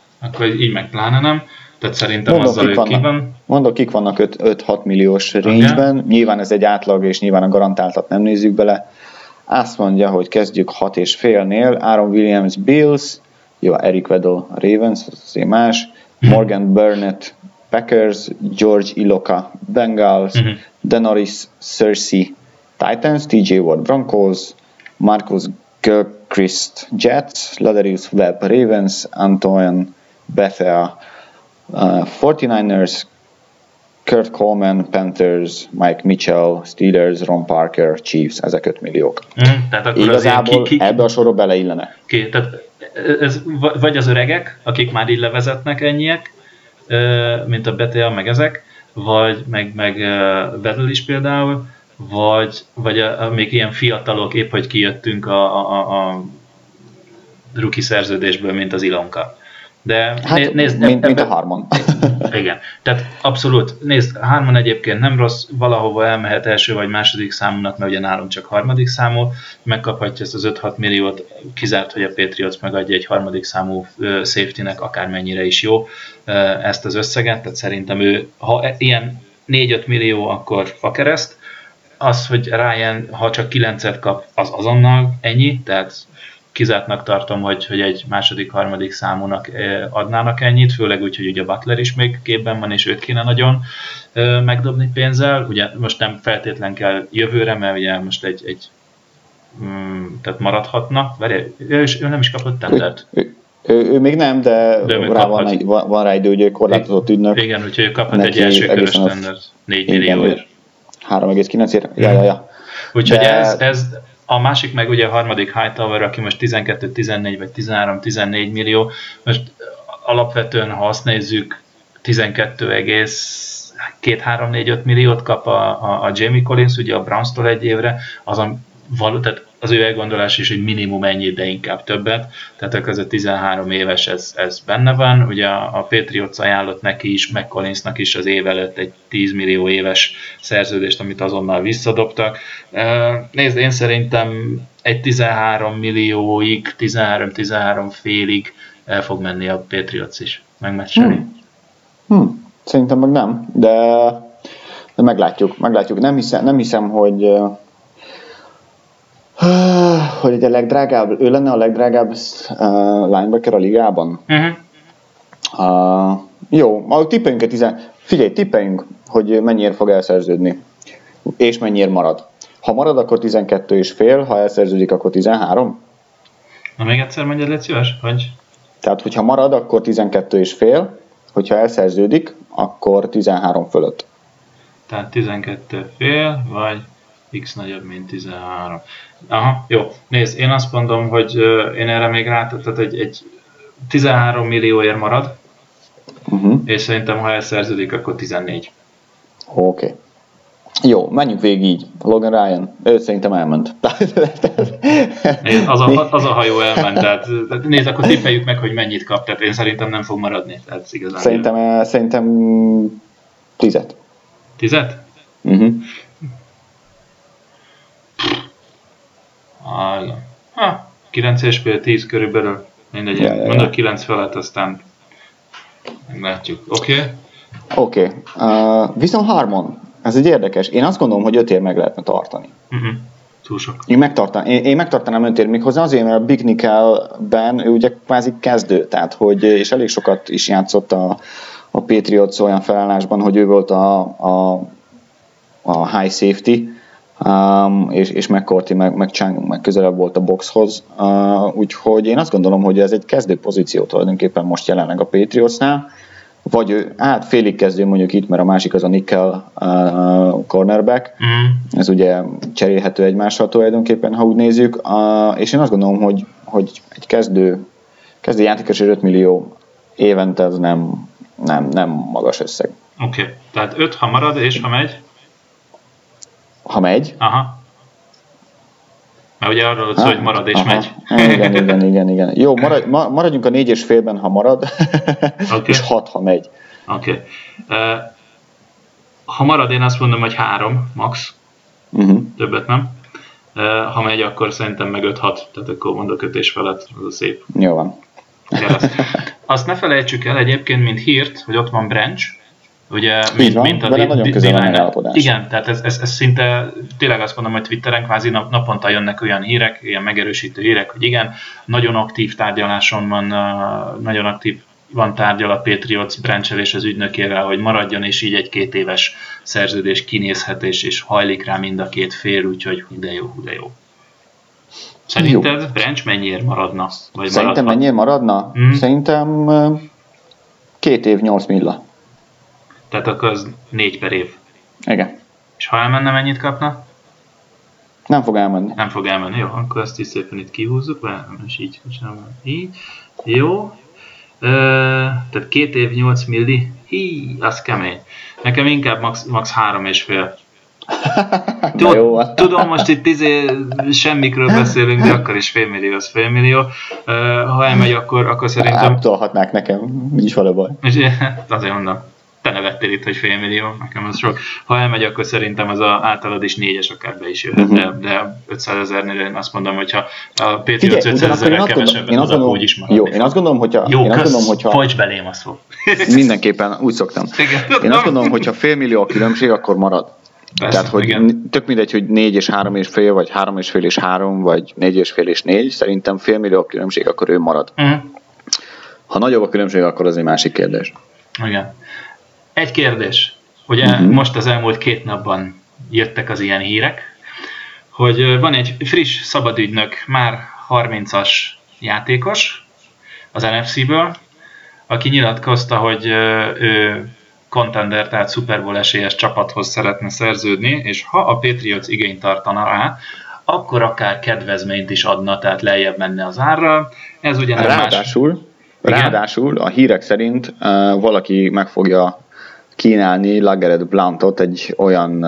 nem. Tehát szerintem azzal ők ki van. Mondok, kik vannak 5-6 milliós range-ben. Okay. Nyilván ez egy átlag, és nyilván a garantáltat nem nézzük bele. Azt mondja, hogy kezdjük 6,5-nél. Aaron Williams Bills, jó, Eric Weddle Ravens, az azért más. Morgan Burnett Packers, George Iloka Bengals, Denoris Searcy Titans, TJ Ward Broncos, Marcus Gilchrist Jets, Ladarius Webb Ravens, Antoine Bethea 49ers, Kurt Coleman Panthers, Mike Mitchell Steelers, Ron Parker Chiefs, ezek 5 milliók. Tehát akkor igazából ebbe a sorba beleillenek. Tehát ez vagy az öregek, akik már így levezetnek ennyiek, mint a Bethea, meg ezek, vagy meg Weddle is például, vagy még ilyen fiatalok, épp hogy kijöttünk a rookie szerződésből, mint az Ilonka. De hát, nézd, mint a Harmon. Igen, tehát abszolút. Nézd, Harmon egyébként nem rossz, valahova elmehet első vagy második számúnak, mert ugye nálunk csak harmadik számú, megkaphatja ezt az 5-6 milliót, kizárt, hogy a Patriots megadja egy harmadik számú safety-nek akármennyire is jó ezt az összeget, tehát szerintem ő, ha ilyen 4-5 millió, akkor fakereszt. Az, hogy Ryan, ha csak 9-et kap, az azonnal ennyi, tehát kizártnak tartom, hogy egy második-harmadik számúnak adnának ennyit, főleg úgy, hogy ugye Butler is még képben van, és őt kéne nagyon megdobni pénzzel. Ugye most nem feltétlen kell jövőre, mert ugye most tehát maradhatna. Várj, ő nem is kapott tendert. Ő még nem, de rá van rá idő, hogy ő korlátozott ügynök. Igen, úgyhogy ő kaphat egy első körös tendert 4 millióért. 3,9-ért? Ja. Úgyhogy ez a másik meg ugye a harmadik Hightower, aki most 12-14 vagy 13-14 millió. Most alapvetően, ha azt nézzük, 12,2-3-4-5 milliót kap a Jamie Collins, ugye a Brownstól egy évre, tehát az ő elgondolás is, hogy minimum ennyi, de inkább többet, tehát akkor ez a 13 éves, ez benne van, ugye a Patriots ajánlott neki is, meg Collinsnak is az év előtt egy 10 millió éves szerződést, amit azonnal visszadobtak. Nézd, én szerintem egy 13 millióig, 13 félig el fog menni a Patriots is, megmeccseli. Szerintem meg nem, de meglátjuk. Nem hiszem, hogy a legdrágább, ő lenne a legdrágább linebacker a ligában. Jó, tippeljünk, hogy mennyiért fog elszerződni, és mennyiért marad. Ha marad, akkor 12,5, ha elszerződik, akkor 13. Na még egyszer mondjad, légy szíves, hogy? Tehát, hogyha marad, akkor 12,5, hogyha elszerződik, akkor 13 fölött. Tehát 12,5, vagy x nagyobb, mint 13. Aha, jó. Nézd, én azt mondom, hogy én erre még tehát egy 13 millióért marad, és szerintem, ha elszerződik, akkor 14. Oké. Jó, menjünk végig így. Logan Ryan, ő szerintem elment. Az a hajó elment, tehát nézd, akkor tippeljük meg, hogy mennyit kap, tehát én szerintem nem fog maradni. Tehát igazán Szerintem 10. 10? Uh-huh. 9,5-10 körülbelül. Mindegy, mondok 9 felett, aztán meglátjuk. Oké. Viszont Harmon, ez egy érdekes. Én azt gondolom, hogy 5 ér meg lehetne tartani. Túl sok. Én megtartanám 5 ér méghozzá azért, mert a Big Nickelben ő ugye kvázi kezdő, tehát és elég sokat is játszott a Patriots olyan felállásban, hogy ő volt a high safety, és McCourty meg Chang meg közelebb volt a boxhoz, úgyhogy én azt gondolom, hogy ez egy kezdő pozíció tulajdonképpen most jelenleg a Patriotsnál, vagy ő, félig kezdő mondjuk itt, mert a másik az a nickel cornerback, ez ugye cserélhető egymással tulajdonképpen, ha úgy nézzük, és én azt gondolom, hogy egy kezdő játékos 5 millió évente ez nem magas összeg. Oké. Tehát 5, ha marad, és ha megy? Ha megy? Aha. Mert ugye arról szó, hogy marad és megy. Igen. Jó, maradjunk a 4,5-ben, ha marad, és 6, ha megy. Oké. Ha marad, én azt mondom, hogy 3 max. Többet nem. Ha megy, akkor szerintem meg 5-6. Tehát akkor mondok 5 és felett. Az a szép. Jó van. Azt ne felejtsük el egyébként, mint hírt, hogy ott van Branch. Ugye, mint a nagyon közel a megállapodás. Igen, tehát ez szinte, tényleg azt mondom, hogy Twitteren kvázi naponta jönnek olyan hírek, ilyen megerősítő hírek, hogy igen, nagyon aktív tárgyaláson van, nagyon aktív van tárgyal a Patriots Branch-el és az ügynökével, hogy maradjon, és így egy 2 éves szerződés kinézhet, és hajlik rá mind a két fél, úgyhogy de jó. Szerinted Branch mennyiért maradna? Vagy szerintem mennyiért maradna? Szerintem 2 év 8 milla. Tehát akkor az 4 per év. Igen. És ha elmenne, mennyit kapna? Nem fog elmenni. Nem fog elmenni, jó, akkor ezt is szépen itt kihúzzuk, és így. Jó. Tehát 2 év 8 milli, az kemény. Nekem inkább max 3,5. Tudom, most itt semmikről beszélünk, de akkor is félmillió az félmillió. Ha elmegy, akkor szerintem... Átolhatnák nekem, nincs vala baj. Azért mondom. Te nevettél itt, hogy 500 000, nekem az sok. Ha elmegy, akkor szerintem az általad is 4-es akár be is jöhet, de 500 000-nél én azt mondom, hogyha a Patriots 500 000-rel kevesebbet tud, akkor úgyis maradni. Jó, én azt gondolom, hogyha... Folyts belém, azt fog. Mindenképpen, úgy szoktam. Én azt gondolom, hogyha 500 000 a különbség, akkor marad. Persze, tehát, hogy tök mindegy, hogy 4 és 3,5, vagy 3,5 és 3, vagy 4,5 és 4, szerintem 500 000 a különbség, akkor ő marad. Ha nagyobb a különbség, akkor az egy másik kérdés. Igen. Egy kérdés. Ugye most az elmúlt 2 napban jöttek az ilyen hírek, hogy van egy friss szabadügynök, már 30-as játékos az NFC-ből, aki nyilatkozta, hogy ő contender, tehát Super Bowl esélyes csapathoz szeretne szerződni, és ha a Patriots igényt tartana rá, akkor akár kedvezményt is adna, tehát lejjebb menne az árral. Ez ugye nem Ráadásul a hírek szerint valaki meg fogja kínálni LeGarrette Blount-ot egy olyan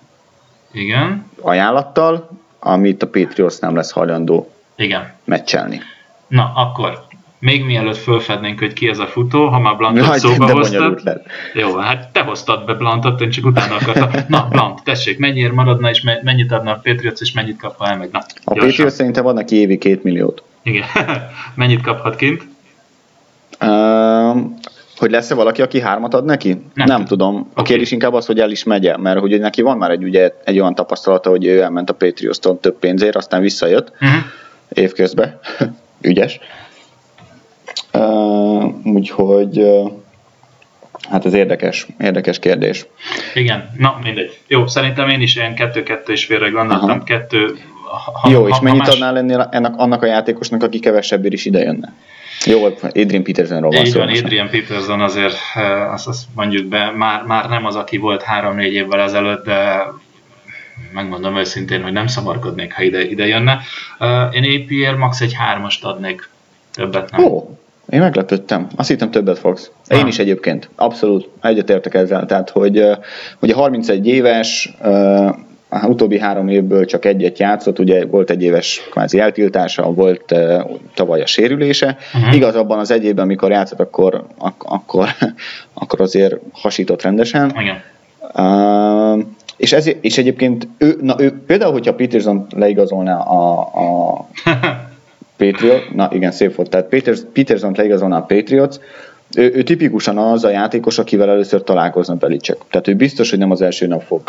ajánlattal, amit a Patriots nem lesz hajlandó meccselni. Na, akkor még mielőtt fölfednénk, hogy ki ez a futó, ha már Blount-ot szóba hoztad. Jó, hát te hoztad be Blount-ot, én csak utána akartam. Na, Blount, tessék, mennyire maradna, és mennyit adna a Patriots, és mennyit kap, ha elmegy? Na, a Patriots szerintem adnak ki évi 2 milliót. Igen. Mennyit kaphat kint? Hogy lesz-e valaki, aki 3 ad neki? Nem tudom. A kérdés inkább az, hogy el is megye, mert hogy neki van már egy olyan tapasztalata, hogy ő elment a Patriots-tól több pénzért, aztán visszajött évközben. Ügyes. Úgyhogy hát ez érdekes kérdés. Igen, na mindegy. Jó, szerintem én is ilyen 2-2,5-re gondoltam. 2. Jó, és mennyit adnál lenni annak a játékosnak, aki kevesebbért is ide jönne? Jó, Adrian Petersonról van szó. Így van, Adrian Peterson azért, azt mondjuk be, már nem az, aki volt 3-4 évvel ezelőtt, de megmondom őszintén, hogy nem szamarkodnék, ha ide jönne. Én APR max egy 3-ast adnék, többet nem. Én meglepődtem. Azt hittem többet fogsz. Én is egyébként. Abszolút egyetértek ezzel. Tehát, hogy 31 éves, utóbbi 3 évből csak egyet játszott, ugye volt egy éves kvázi eltiltása, volt tavaly a sérülése. Igaz, abban az egy évben, amikor játszott, akkor azért hasított rendesen. És egyébként ő például, hogyha Peterson leigazolná a Patriot, na igen, szép volt, tehát Peterson-t leigazolná a Patriots, ő tipikusan az a játékos, akivel először találkozna Belichick. Tehát ő biztos, hogy nem az első nap fog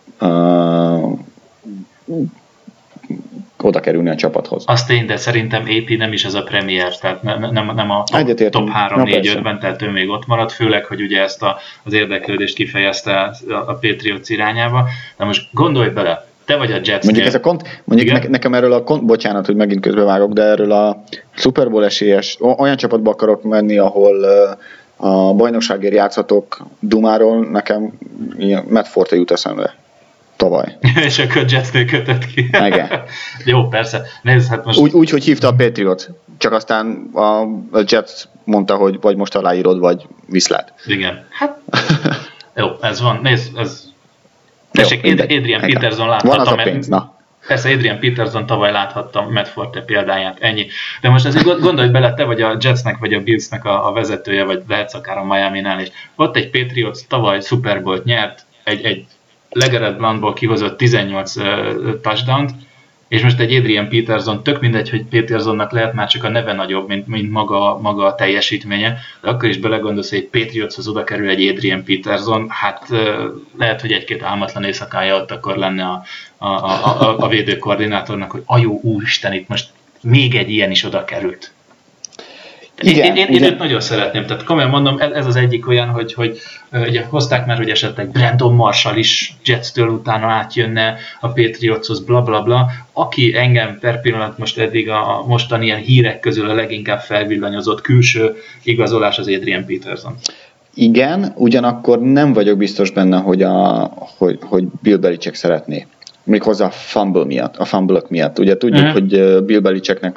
oda kerülni a csapathoz. Azt tény, de szerintem AP nem is ez a premier, tehát nem a top 3-4-5-ben, tehát ő még ott marad, főleg, hogy ugye ezt az érdeklődést kifejezte a Patriots irányába. De most gondolj bele, te vagy a Jetsnél. Mondjuk nekem erről bocsánat, hogy megint közbevágok, de erről a Super Bowl esélyes, olyan csapatba akarok menni, ahol a bajnokságért játszhatok dumáról, nekem Matt Forte jut eszembe. Tavaly. És akkor Jetsnél kötött ki. Igen. Jó, persze. Nézd, hát most... Úgy, hogy hívta a Patriot. Csak aztán a Jets mondta, hogy vagy most aláírod, vagy viszlát. Igen. Hát, jó, ez van. Nézd, ez... Tessék, Adrian Peterson láthatta. Van az a pénz, na. Persze, Adrian Peterson tavaly láthatta Matt Forte példáját, ennyi. De most azért gondolj bele, te vagy a Jetsnek, vagy a Billsnek a vezetője, vagy lehetsz akár a Miami-nál, és ott egy Patriots tavaly Super Bowl-t nyert, egy LeGarrette Blountból kihozott 18 touchdownt, és most egy Adrian Peterson, tök mindegy, hogy Petersonnak lehet már csak a neve nagyobb, mint maga a teljesítménye, de akkor is belegondolsz, hogy egy Patriotshoz oda kerül egy Adrian Peterson, hát lehet, hogy egy-két álmatlan éjszakája ott akkor lenne a védőkoordinátornak, hogy ajó úristen, itt most még egy ilyen is oda került. Igen, én őt nagyon szeretném, tehát komolyan mondom, ez az egyik olyan, hogy ugye hozták már, hogy esetleg Brandon Marshall is Jetstől utána átjönne a Patriotshoz, bla bla bla. Aki engem per pillanat most eddig a mostani ilyen hírek közül a leginkább felvillanyozott külső igazolás az Adrian Peterson. Igen, ugyanakkor nem vagyok biztos benne, hogy Bill Belichick szeretné. Méghozzá a fumble-ok miatt. Ugye tudjuk, hogy Bill Belichicknek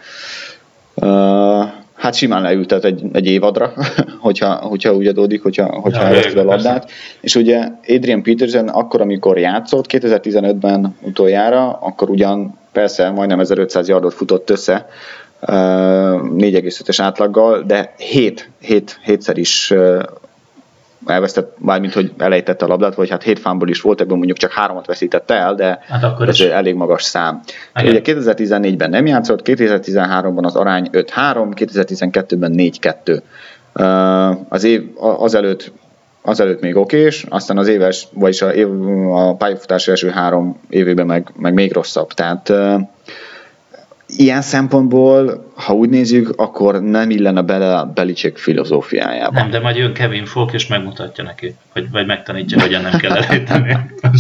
hát simán leültet egy évadra, hogyha úgy adódik, hogyha elveszti a labdát. És ugye Adrian Peterson akkor, amikor játszott 2015-ben utoljára, akkor ugyan persze majdnem 1500 yardot futott össze 4,5-es átlaggal, de hétszer is elvesztett, mármint hogy elejtette a labdát, vagy hát 7 fumble is volt, ebből mondjuk csak 3-at veszítette el, de ez elég magas szám. Ugye 2014-ben nem játszott, 2013-ban az arány 5-3, 2012-ben 4-2. Az év azelőtt még okés, aztán az éves, vagyis a pályafutás első 3 évében meg még rosszabb. Tehát ilyen szempontból, ha úgy nézzük, akkor nem illene bele a Belichick filozófiájába. Nem, de majd jön Kevin Falk és megmutatja neki, vagy megtanítja, hogyan nem kell elejteni.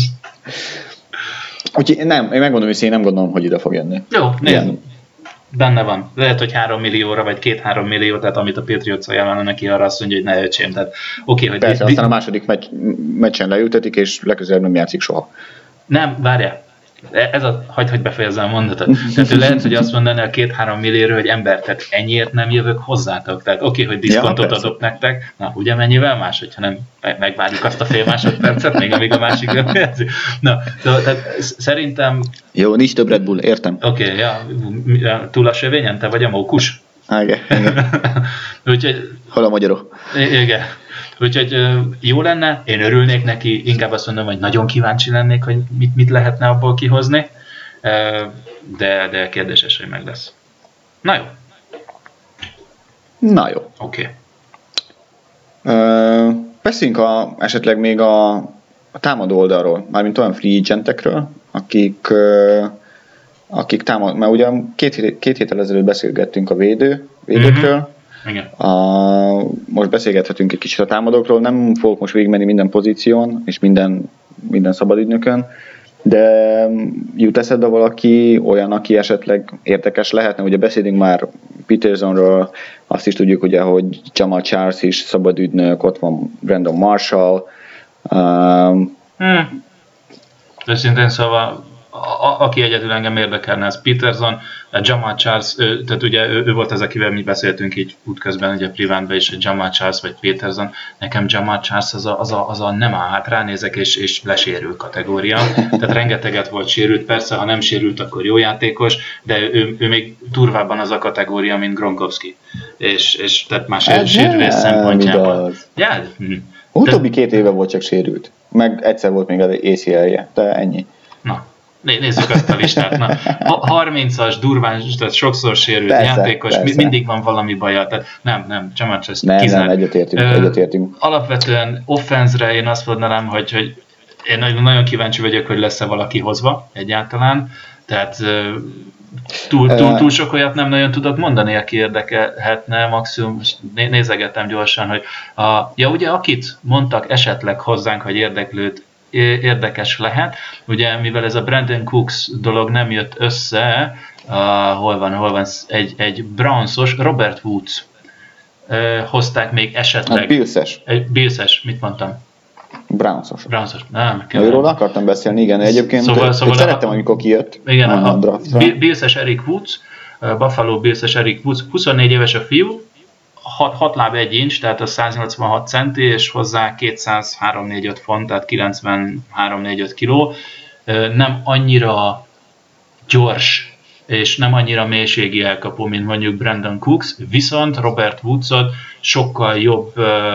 Úgyhogy én megmondom, hogy én nem gondolom, hogy ide fog jönni. Jó, nézd. Benne van. Lehet, hogy 3 millióra, vagy 2-3 millió, tehát amit a Patriots ajánlana neki, arra azt mondja, hogy ne öcsém. Tehát, hogy persze, aztán a második meccsen leültetik, és legközelebb nem játszik soha. Nem, várjál. Ez hogy befejezzem a mondatot. Tehát ő lehet, hogy azt mondaná a 2-3 millióról, hogy ember, tehát ennyiért nem jövök hozzátok. Tehát hogy diszkontot adok nektek, na ugye mennyivel más, hogyha nem megvárjuk azt a fél másodpercet, még amíg a másik befejezik. Na, tehát szerintem... Jó, nincs több Red Bull, értem. Ja, túl a sövényen, te vagy a mókus? Igen. Úgyhogy... Hol a magyaró? Igen. Úgyhogy jó lenne, én örülnék neki, inkább azt mondom, hogy nagyon kíváncsi lennék, hogy mit lehetne abból kihozni, de kérdéses, hogy meg lesz. Na jó. Oké. Beszéljünk esetleg még a támadó oldalról, mármint olyan free agentekről, akik támad, mert ugye két héttel ezelőtt beszélgettünk a védőkről, igen. Most beszélgethetünk egy kicsit a támadókról, nem fogok most végigmenni minden pozíción és minden szabadügynökön, de jut eszedbe valaki olyan, aki esetleg érdekes lehetne, ugye beszélünk már Petersonról, azt is tudjuk ugye, hogy Jamal Charles is szabadügynök, ott van Brandon Marshall. Őszintén szóval aki egyedül engem érdekelne, ez Peterson. Jamal Charles, tehát ugye ő volt az, akivel mi beszéltünk így útközben, ugye privátban is, hogy Jamal Charles vagy Peterson. Nekem Jamal Charles az a nem áll, hát ránézek és lesérül kategória. Tehát rengeteget volt sérült, persze, ha nem sérült, akkor jó játékos, de ő még durvábban az a kategória, mint Gronkowski. És tehát más sérülés szempontjából. Utóbbi 2 éve volt csak sérült. Meg egyszer volt még az ACL-je, de ennyi. Na, nézzük azt a listát. Na, 30-as, durván, tehát sokszor sérült játékos, mindig van valami baja. Tehát nem, Jamal Charles nem, egyetértünk. Alapvetően offense-re én azt mondanám, hogy én nagyon kíváncsi vagyok, hogy lesz-e valaki hozva egyáltalán. Tehát túl sok olyat nem nagyon tudok mondani, aki érdekelhetne, maximum nézegetem gyorsan, hogy ugye akit mondtak esetleg hozzánk, hogy érdekes lehet, ugye mivel ez a Brandon Cooks dolog nem jött össze, hol van egy Brownsos, Robert Woods hozták még esetleg. Bills-es, mit mondtam? Brownsos. Nem. Őről akartam beszélni, igen. Egyébként szóval szerettem, amikor kijött. Igen, a Bills-es Eric Woods, Buffalo Bills-es Eric Woods, 24 éves a fiú, 6 láb 1 inch, tehát a 186 centi, és hozzá 203-4-5 font, tehát 93-4-5 kiló. Nem annyira gyors, és nem annyira mélységi elkapó, mint mondjuk Brandon Cooks, viszont Robert Woodsot sokkal jobb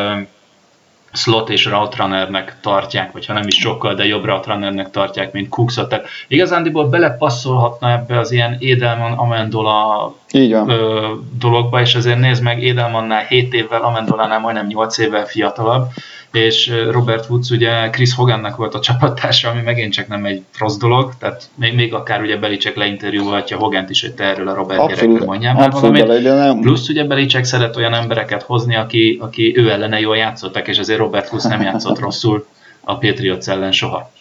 slot és route runnernek tartják, vagy ha nem is sokkal, de jobb route runnernek tartják, mint Cooksot. Tehát igazándiból belepasszolhatna ebbe az ilyen Edelman-Amendola dologba, és azért nézd meg, Edelmannál 7 évvel, Amendolánál majdnem 8 évvel fiatalabb, és Robert Woods ugye Chris Hogannak volt a csapattársa, ami megint csak nem egy rossz dolog, tehát még akár ugye Belichick leinterjúolhatja Hogant is, hogy te erről a Robert gyerekről mondjál már valamit. Plusz ugye Belichick szeret olyan embereket hozni, aki ő ellene jól játszottak, és azért Robert Woods nem játszott rosszul a Patriots ellen soha.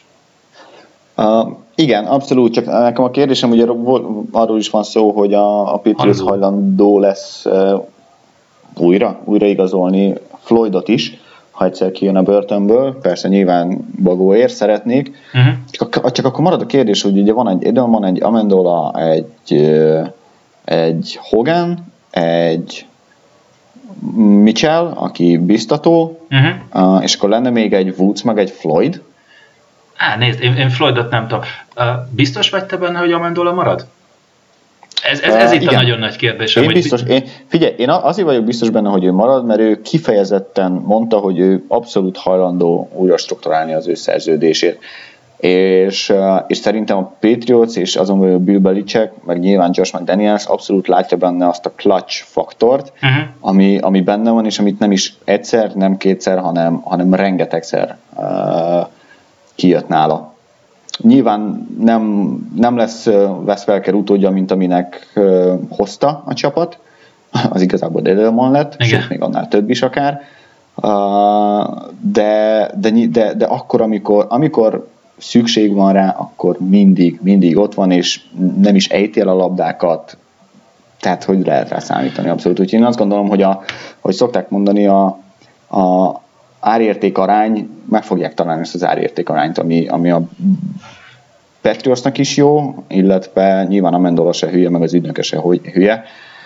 Igen, abszolút, csak nekem a kérdésem, ugye arról is van szó, hogy a Patriots hajlandó lesz újra igazolni Floydot is, ha egyszer kijön a börtönből, persze nyilván bagóért szeretnék, csak akkor marad a kérdés, hogy ugye van egy Amendola, egy Hogan, egy Mitchell, aki biztató, és akkor lenne még egy Woods, meg egy Floyd. Nézd, én Floydot nem tudom. Biztos vagy te benne, hogy Amendola marad? Ez itt igen. A nagyon nagy kérdés. Én biztos. Figyelj, én azért vagyok biztos benne, hogy ő marad, mert ő kifejezetten mondta, hogy ő abszolút hajlandó újra strukturálni az ő szerződését. És szerintem a Patriots és azon belül Bill Belichick, meg nyilván Josh McDaniels abszolút látja benne azt a clutch faktort, ami benne van, és amit nem is egyszer, nem kétszer, hanem rengetegszer kijött nála. Nyilván nem lesz Wes Welker utódja, mint aminek hozta a csapat, az igazából Edelman lett, sőt még annál több is akár, de akkor, amikor szükség van rá, akkor mindig ott van, és nem is ejti el a labdákat, tehát hogy lehet rá számítani abszolút. Úgyhogy én azt gondolom, hogy szokták mondani, a árérték arány, meg fogják találni ezt az árérték arányt, ami a Patriotsnak is jó, illetve nyilván Amendola se hülye, meg az ügynöke se hülye,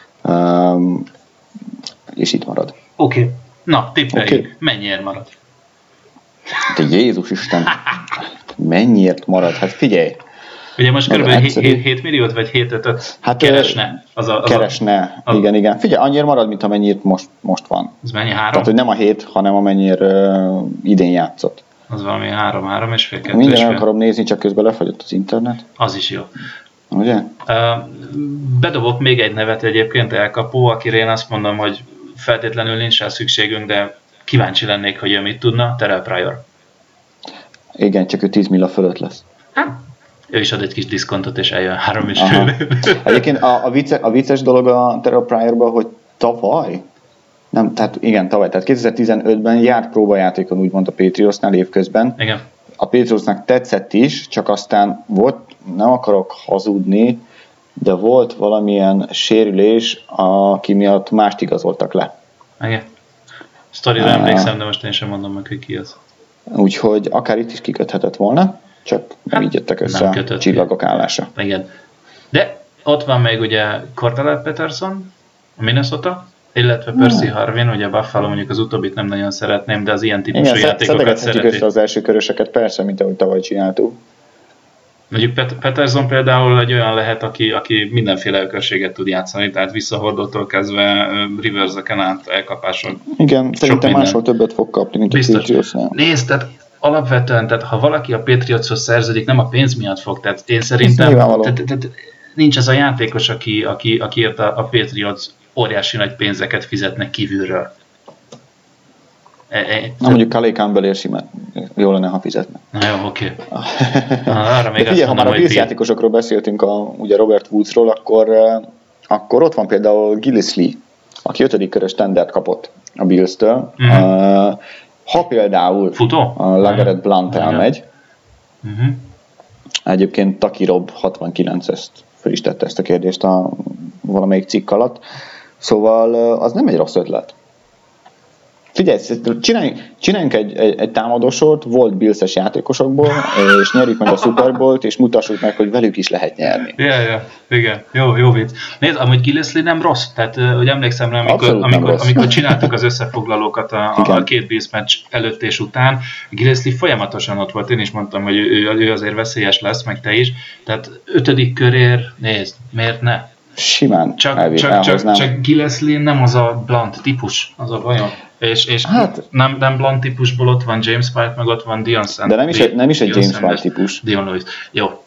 és itt marad. Oké. Na, tippeljük. Mennyiért marad? De Jézus Isten, mennyiért marad? Hát figyelj. Ugye most kb. 7 milliót vagy 7-5-öt keresne? Keresne, igen. Figyelj, annyira marad, mint amennyit most van. Ez mennyi, 3? Tehát, hogy nem a 7, hanem amennyire idén játszott. Az valami 3,5-2,5. Minden el akarom nézni, csak közben lefagyott az internet. Az is jó. Ugye? Bedobok még egy nevet egyébként, elkapó, akire én azt mondom, hogy feltétlenül nincs rá szükségünk, de kíváncsi lennék, hogy ő mit tudna. Terrell Pryor. Igen, csak ő 10 millió fölött lesz. Ő is ad egy kis diszkontot, és eljön 3,5. Egyébként a vicces dolog a Terrell Pryorban, hogy tavaly, tehát 2015-ben járt próbajátékon úgymond a Patriotsnál évközben. Igen. A Patriotsnak tetszett is, csak aztán volt, nem akarok hazudni, de volt valamilyen sérülés, aki miatt mást igazoltak le. Igen. Sztorira emlékszem, de most én sem mondom meg, hogy ki az. Úgyhogy akár itt is kiköthetett volna, csak nem így jöttek össze a csillagok állása. Igen. De Ott van még ugye Cordell Patterson, a Minnesota, illetve Percy Harvin, ugye Buffalo, mondjuk az utóbbit nem nagyon szeretném, de az ilyen típusú játékokat szereti. Össze az első köröseket, persze, mint ahogy tavaly csináltuk. Mondjuk Patterson például egy olyan lehet, aki mindenféle ökörséget tud játszani, tehát visszahordótól kezdve reverse-eken át elkapáson. Igen, szerintem máshol többet fog kapni, mint biztos. A Patriotsnál. Nézd, tehát alapvetően, tehát ha valaki a Patriotshoz szerződik, nem a pénz miatt fog, tehát én szerintem tehát nincs ez a játékos, akiért a Patriots óriási nagy pénzeket fizetnek kívülről. Na mondjuk Calais Campbellért simán jó lenne, ha fizetne. Na jó, oké. Arra még figyelj, ha már a Bills játékosokról beszéltünk, ugye Robert Woodsról, akkor ott van például Gillislee, aki 5. körös standard kapott a Bills-től. Ha például a LeGarrette Blount elmegy, egyébként Taki Rob 69 ezt föl is tette ezt a kérdést a valamelyik cikk alatt, szóval az nem egy rossz ötlet. Figyelj, csináljunk egy támadósort volt Bills-es játékosokból, és nyerjük meg a Super Bowl-t, és mutassuk meg, hogy velük is lehet nyerni. Ja, igen. Jó vicc. Nézd, amúgy Gillislee nem rossz, tehát hogy emlékszem rá, amikor csináltuk az összefoglalókat a két Bills meccs előtt és után, Gillislee folyamatosan ott volt, én is mondtam, hogy ő azért veszélyes lesz, meg te is, tehát 5. körér, nézd, miért ne? Simán csak Gillislee nem az a Blount típus, az a bajom. És hát, nem Blount típusból ott van James White, meg ott van Dion Sanders. De nem is egy James White típus. Dion Lewis. Jó.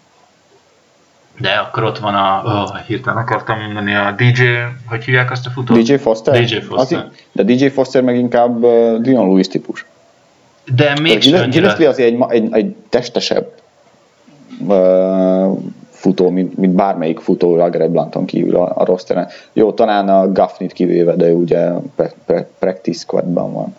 De akkor ott van hirtelen akartam mondani, a DJ, hogy hívják azt a futót? DJ Foster? DJ Foster. De DJ Foster meg inkább Dion Lewis típus. De mégsem annyira. Gillislee azért egy testesebb futó, mint bármelyik futó LeGarrette Blount kívül a rosteren. Jó, talán a Gaffney-t kivéve, de ugye practice squadban van.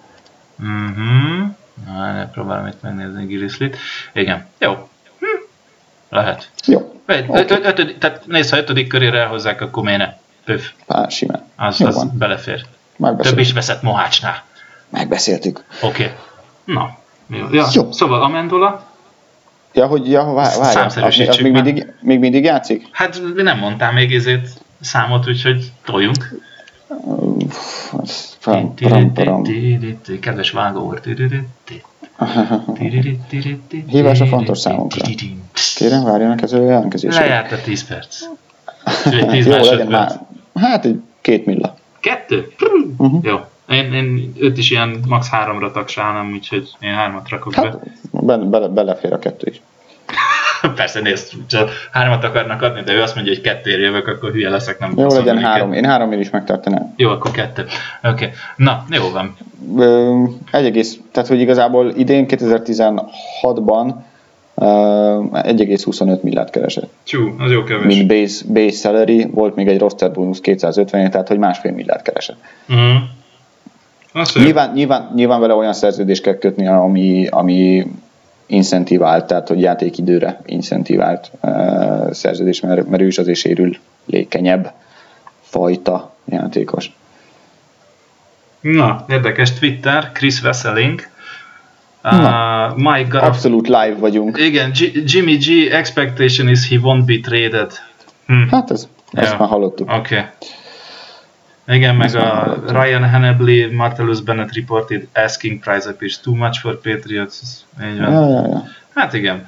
Ne próbálom itt megnézni Gillislee-t. Igen, jó. Lehet. Jó. Tehát nézd, ha 5. körére elhozzák, akkor miért ne? Pöf. Simán. Az belefér. Több is veszett Mohácsnál. Megbeszéltük. Oké. Na. Jó. Szóval Amendola. Várjál, az még mindig játszik? Hát nem mondtál még ezért számot, úgyhogy toljunk. Kedves vágó úr. Hívás a fontos számunkra. Kérem, várjanak ez jelentkezésre. Lejárt a 10 perc. Jó, legyen már. Hát egy 2 milla. 2? Jó. Én őt is ilyen max. 3-ra tagsálnám, úgyhogy én 3-at rakok be. Belefér a 2 is. Persze, nézd, csak 3-at akarnak adni, de ő azt mondja, hogy 2-ért jövök, akkor hülye leszek, nem. Jó, legyen 3. Én 3-ért is megtartanám. Jó, akkor 2. Oké. Na, jó van. Tehát, hogy igazából idén 2016-ban 1,25 milliárd keresett. Csú, az jó kevés. Mint base salary, volt még egy roster bónusz 250, tehát hogy 1,5 milliárd keresett. Nyilván vele olyan szerződést kell kötni, ami incentivált, tehát hogy játékidőre incentivált szerződés, mert ő is azért sérülékenyebb fajta játékos. Na, érdekes Twitter, Chris Wesseling. Abszolút live vagyunk. Igen, Jimmy G expectation is he won't be traded. Hát ezt már hallottuk. Okay. Igen, meg a Ryan Hannibal, Martellus Bennett reported asking price appears too much for Patriots. Ja. Hát igen.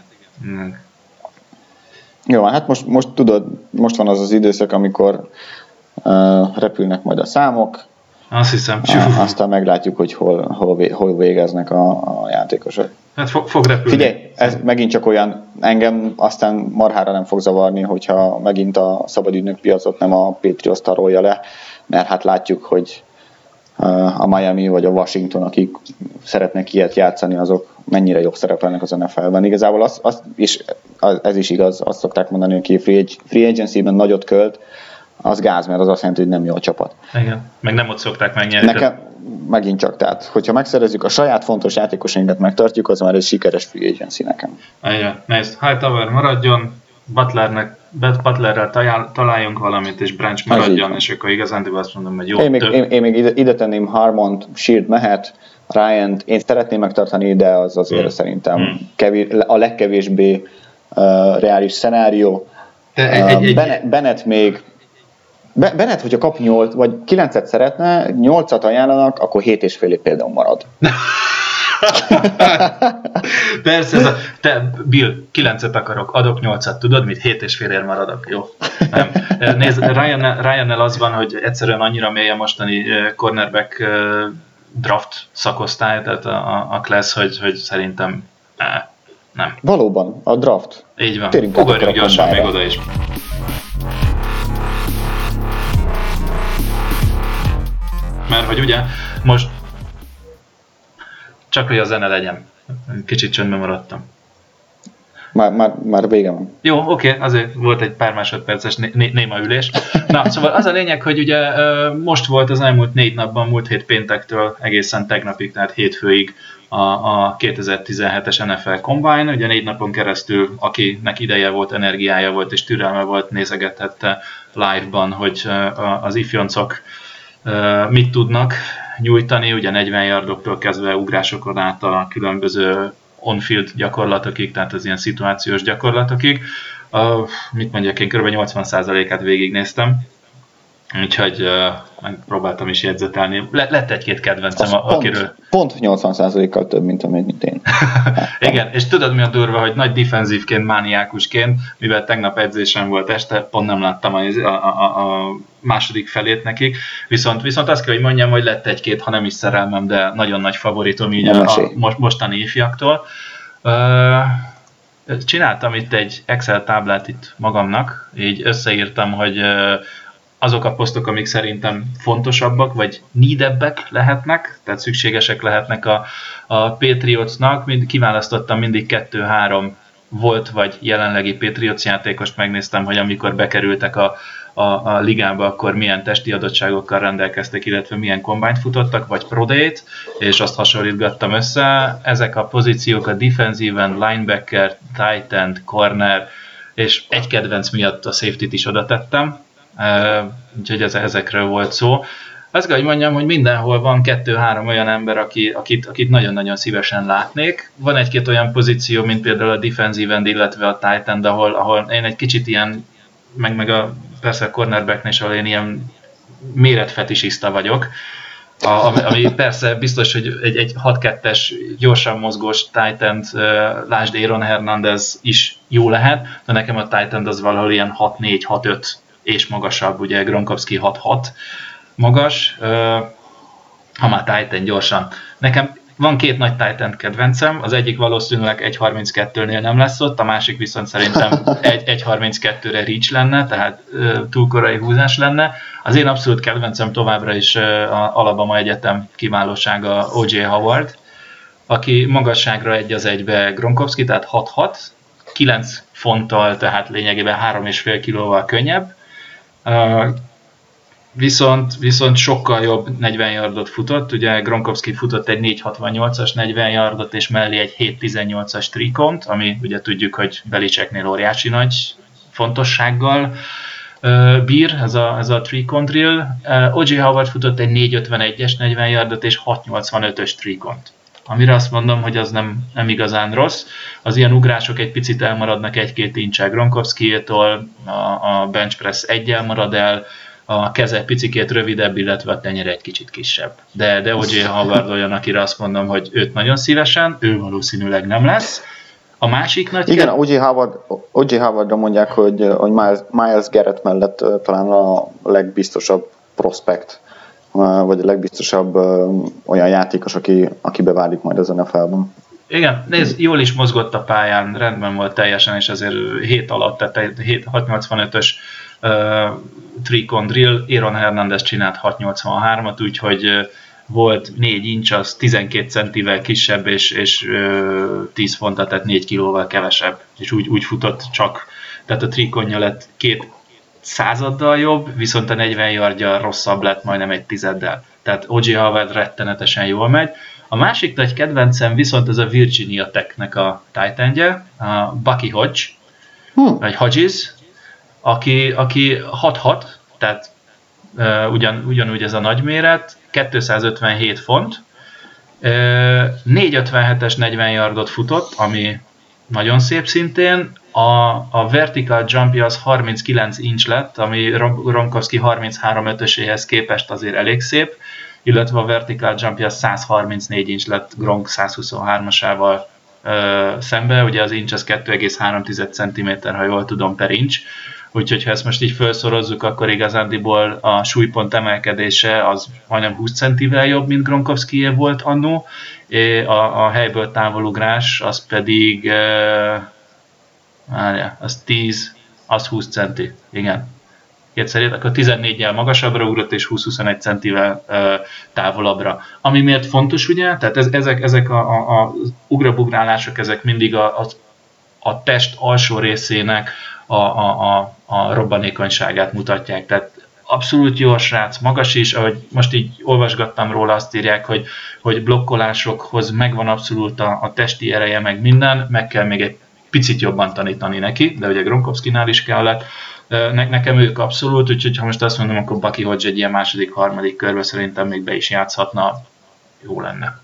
Jó, hát most tudod, most van az időszak, amikor repülnek majd a számok. Azt hiszem. Aztán meglátjuk, hogy hol végeznek a játékosok. Hát fog repülni. Figyelj, ez megint csak olyan, engem aztán marhára nem fog zavarni, hogyha megint a szabadügynök piacot nem a Patriots tarolja le, mert hát látjuk, hogy a Miami vagy a Washington, akik szeretnek ilyet játszani, azok mennyire jobb szerepelnek az NFL-ben. Igazából ez is igaz, azt szokták mondani, hogy free agency-ben nagyot költ, az gáz, mert az azt jelenti, hogy nem jó a csapat. Igen, meg nem ott szokták megnyerni. Nekem megint csak, tehát hogyha megszerezzük a saját fontos játékosainkat, megtartjuk, az már egy sikeres free agency nekem. Igen, nézd, Hightower maradjon, Butlerrel találjunk valamit, és Branch maradjon, és akkor igazán azt mondom, hogy jó. Én még ide tenném Harmont, Sheard mehet, Ryant, én szeretném megtartani, de az azért szerintem a legkevésbé reális szenárió. Bennett még Bennett, hogyha kap 8 vagy 9-et szeretne, 8-at ajánlanak, akkor 7,5 például marad. Persze, te Bill, 9-et akarok, adok 8-at, tudod mit? 7,5-ért maradok, jó? Nem. Nézd, Ryannel az van, hogy egyszerűen annyira mély a mostani cornerback draft szakosztály, tehát a class, hogy szerintem nem. Valóban, a draft. Így van, ugorjunk gyorsan még oda is. Mert hogy ugye most csak hogy a zene legyen. Kicsit csöndben maradtam. Már vége van. Jó, oké, azért volt egy pár másodperces néma ülés. Na, szóval az a lényeg, hogy ugye most volt az elmúlt 4 napban, múlt hét péntektől egészen tegnapig, tehát hétfőig a 2017-es NFL Combine. Ugye 4 napon keresztül, akinek ideje volt, energiája volt és türelme volt, nézegethette live-ban, hogy az ifjoncok mit tudnak nyújtani, ugye 40 yardoktól kezdve ugrásokon át a különböző on-field gyakorlatokig, tehát az ilyen szituációs gyakorlatokig. Mit mondjak, én kb. 80%-át végignéztem, úgyhogy próbáltam is jegyzetelni. Lett egy-két kedvencem, akiről... Pont 80%-kal több, mint amennyit én. Igen, és tudod mi a durva, hogy nagy defenzívként, mániákusként, mivel tegnap edzésem volt este, pont nem láttam a második felét nekik, viszont azt kell, hogy mondjam, hogy lett egy-két, ha nem is szerelmem, de nagyon nagy favoritom így a mostani ifjaktól. Csináltam itt egy Excel táblát itt magamnak, így összeírtam, hogy azok a posztok, amik szerintem fontosabbak, vagy needebbek lehetnek, tehát szükségesek lehetnek a Patriotsnak. Kiválasztottam mindig 2-3 volt vagy jelenlegi Patriots játékost, megnéztem, hogy amikor bekerültek a ligába, akkor milyen testi adottságokkal rendelkeztek, illetve milyen combine-t futottak, vagy pro day-t, és azt hasonlítgattam össze. Ezek a pozíciók a defensive end, linebacker, tight end, corner, és egy kedvenc miatt a safety-t is oda tettem. Úgyhogy ezekről volt szó. Azt kell, hogy mondjam, hogy mindenhol van 2-3 olyan ember, akit nagyon-nagyon szívesen látnék. Van egy-két olyan pozíció, mint például a defensive end, illetve a tight end, ahol én egy kicsit ilyen, meg persze a cornerbacknél is, ahol én ilyen méretfetisiszta vagyok. Ami persze biztos, hogy egy 6-2-es gyorsan mozgós tight end, lásd Aaron Hernandez is jó lehet, de nekem a tight end az valahol ilyen 6-4-6-5 és magasabb, ugye Gronkowski 6-6 magas, ha már tight end gyorsan. Nekem van 2 nagy tight end kedvencem, az egyik valószínűleg 1.32-nél nem lesz ott, a másik viszont szerintem 1.32-re reach lenne, tehát túl korai húzás lenne. Az én abszolút kedvencem továbbra is a Alabama Egyetem kiválósága O.J. Howard, aki magasságra 1-1-be Gronkowski, tehát 6-6, 9 fonttal, tehát lényegében 3,5 kilóval könnyebb. Viszont sokkal jobb 40 yardot futott, ugye Gronkowski futott egy 4.68-as 40 yardot, és mellé egy 7.18-as trikont, ami ugye tudjuk, hogy Belichicknél óriási nagy fontossággal bír, ez a trikont drill. O.J. Howard futott egy 4.51-es 40 yardot, és 6.85-ös trikont. Amire azt mondom, hogy az nem igazán rossz. Az ilyen ugrások egy picit elmaradnak 1-2 incsel Gronkowski-tól, a bench press 1-el marad el, a keze picikét rövidebb, illetve a tenyere egy kicsit kisebb. De O.J. Howard olyan, akire azt mondom, hogy őt nagyon szívesen, ő valószínűleg nem lesz. A másik nagy... Igen, O.J. Howardra mondják, hogy Myles Garrett mellett talán a legbiztosabb prospekt, vagy a legbiztosabb olyan játékos, aki beválik majd az NFL-ben. Igen, nézd, jól is mozgott a pályán, rendben volt teljesen, és azért 7 alatt, tehát 6.85-ös trikon drill, Aaron Hernandez csinált 6.83-at, úgyhogy volt 4 inch, az 12 centivel kisebb, és 10 fonta, tehát 4 kilóval kevesebb, és úgy futott csak, tehát a trikonja lett 2 századdal jobb, viszont a 40 yardja rosszabb lett majdnem egy tizeddel. Tehát O.J. Howard rettenetesen jól megy. A másik nagy kedvencem viszont ez a Virginia Tech-nek a tight endje, a Bucky Hodge, vagy Hodges, aki 6'6", tehát ugyanúgy ez a nagyméret, 257 font, 4.57-es 40 yardot futott, ami nagyon szép szintén, a vertical jumpja az 39 inch lett, ami Gronkowski 33.5-öséhez képest azért elég szép, illetve a vertical jumpja 134 inch lett Gronk 123-asával szembe, ugye az inch az 2,3 cm, ha jól tudom, per inch, úgyhogy ha ezt most így felszorozzuk, akkor igazándiból a súlypont emelkedése az majdnem 20 centivel jobb, mint Gronkowskié volt annó, a helyből távolugrás az pedig az 20 centi, igen. Kétszerét, akkor 14-jel magasabbra ugrott és 20-21 centivel távolabbra. Ami miért fontos, ugye? Tehát ezek a ugrabugrálások, ezek mindig a test alsó részének a robbanékonyságát mutatják. Tehát abszolút jó a srác, magas is, ahogy most így olvasgattam róla, azt írják, hogy blokkolásokhoz megvan abszolút a testi ereje, meg minden, meg kell még egy picit jobban tanítani neki, de ugye Gronkowskinál is kellett. Nekem ők abszolút, úgyhogy ha most azt mondom, akkor Bucky Hodge egy ilyen második-harmadik körbe szerintem még be is játszhatna, jó lenne.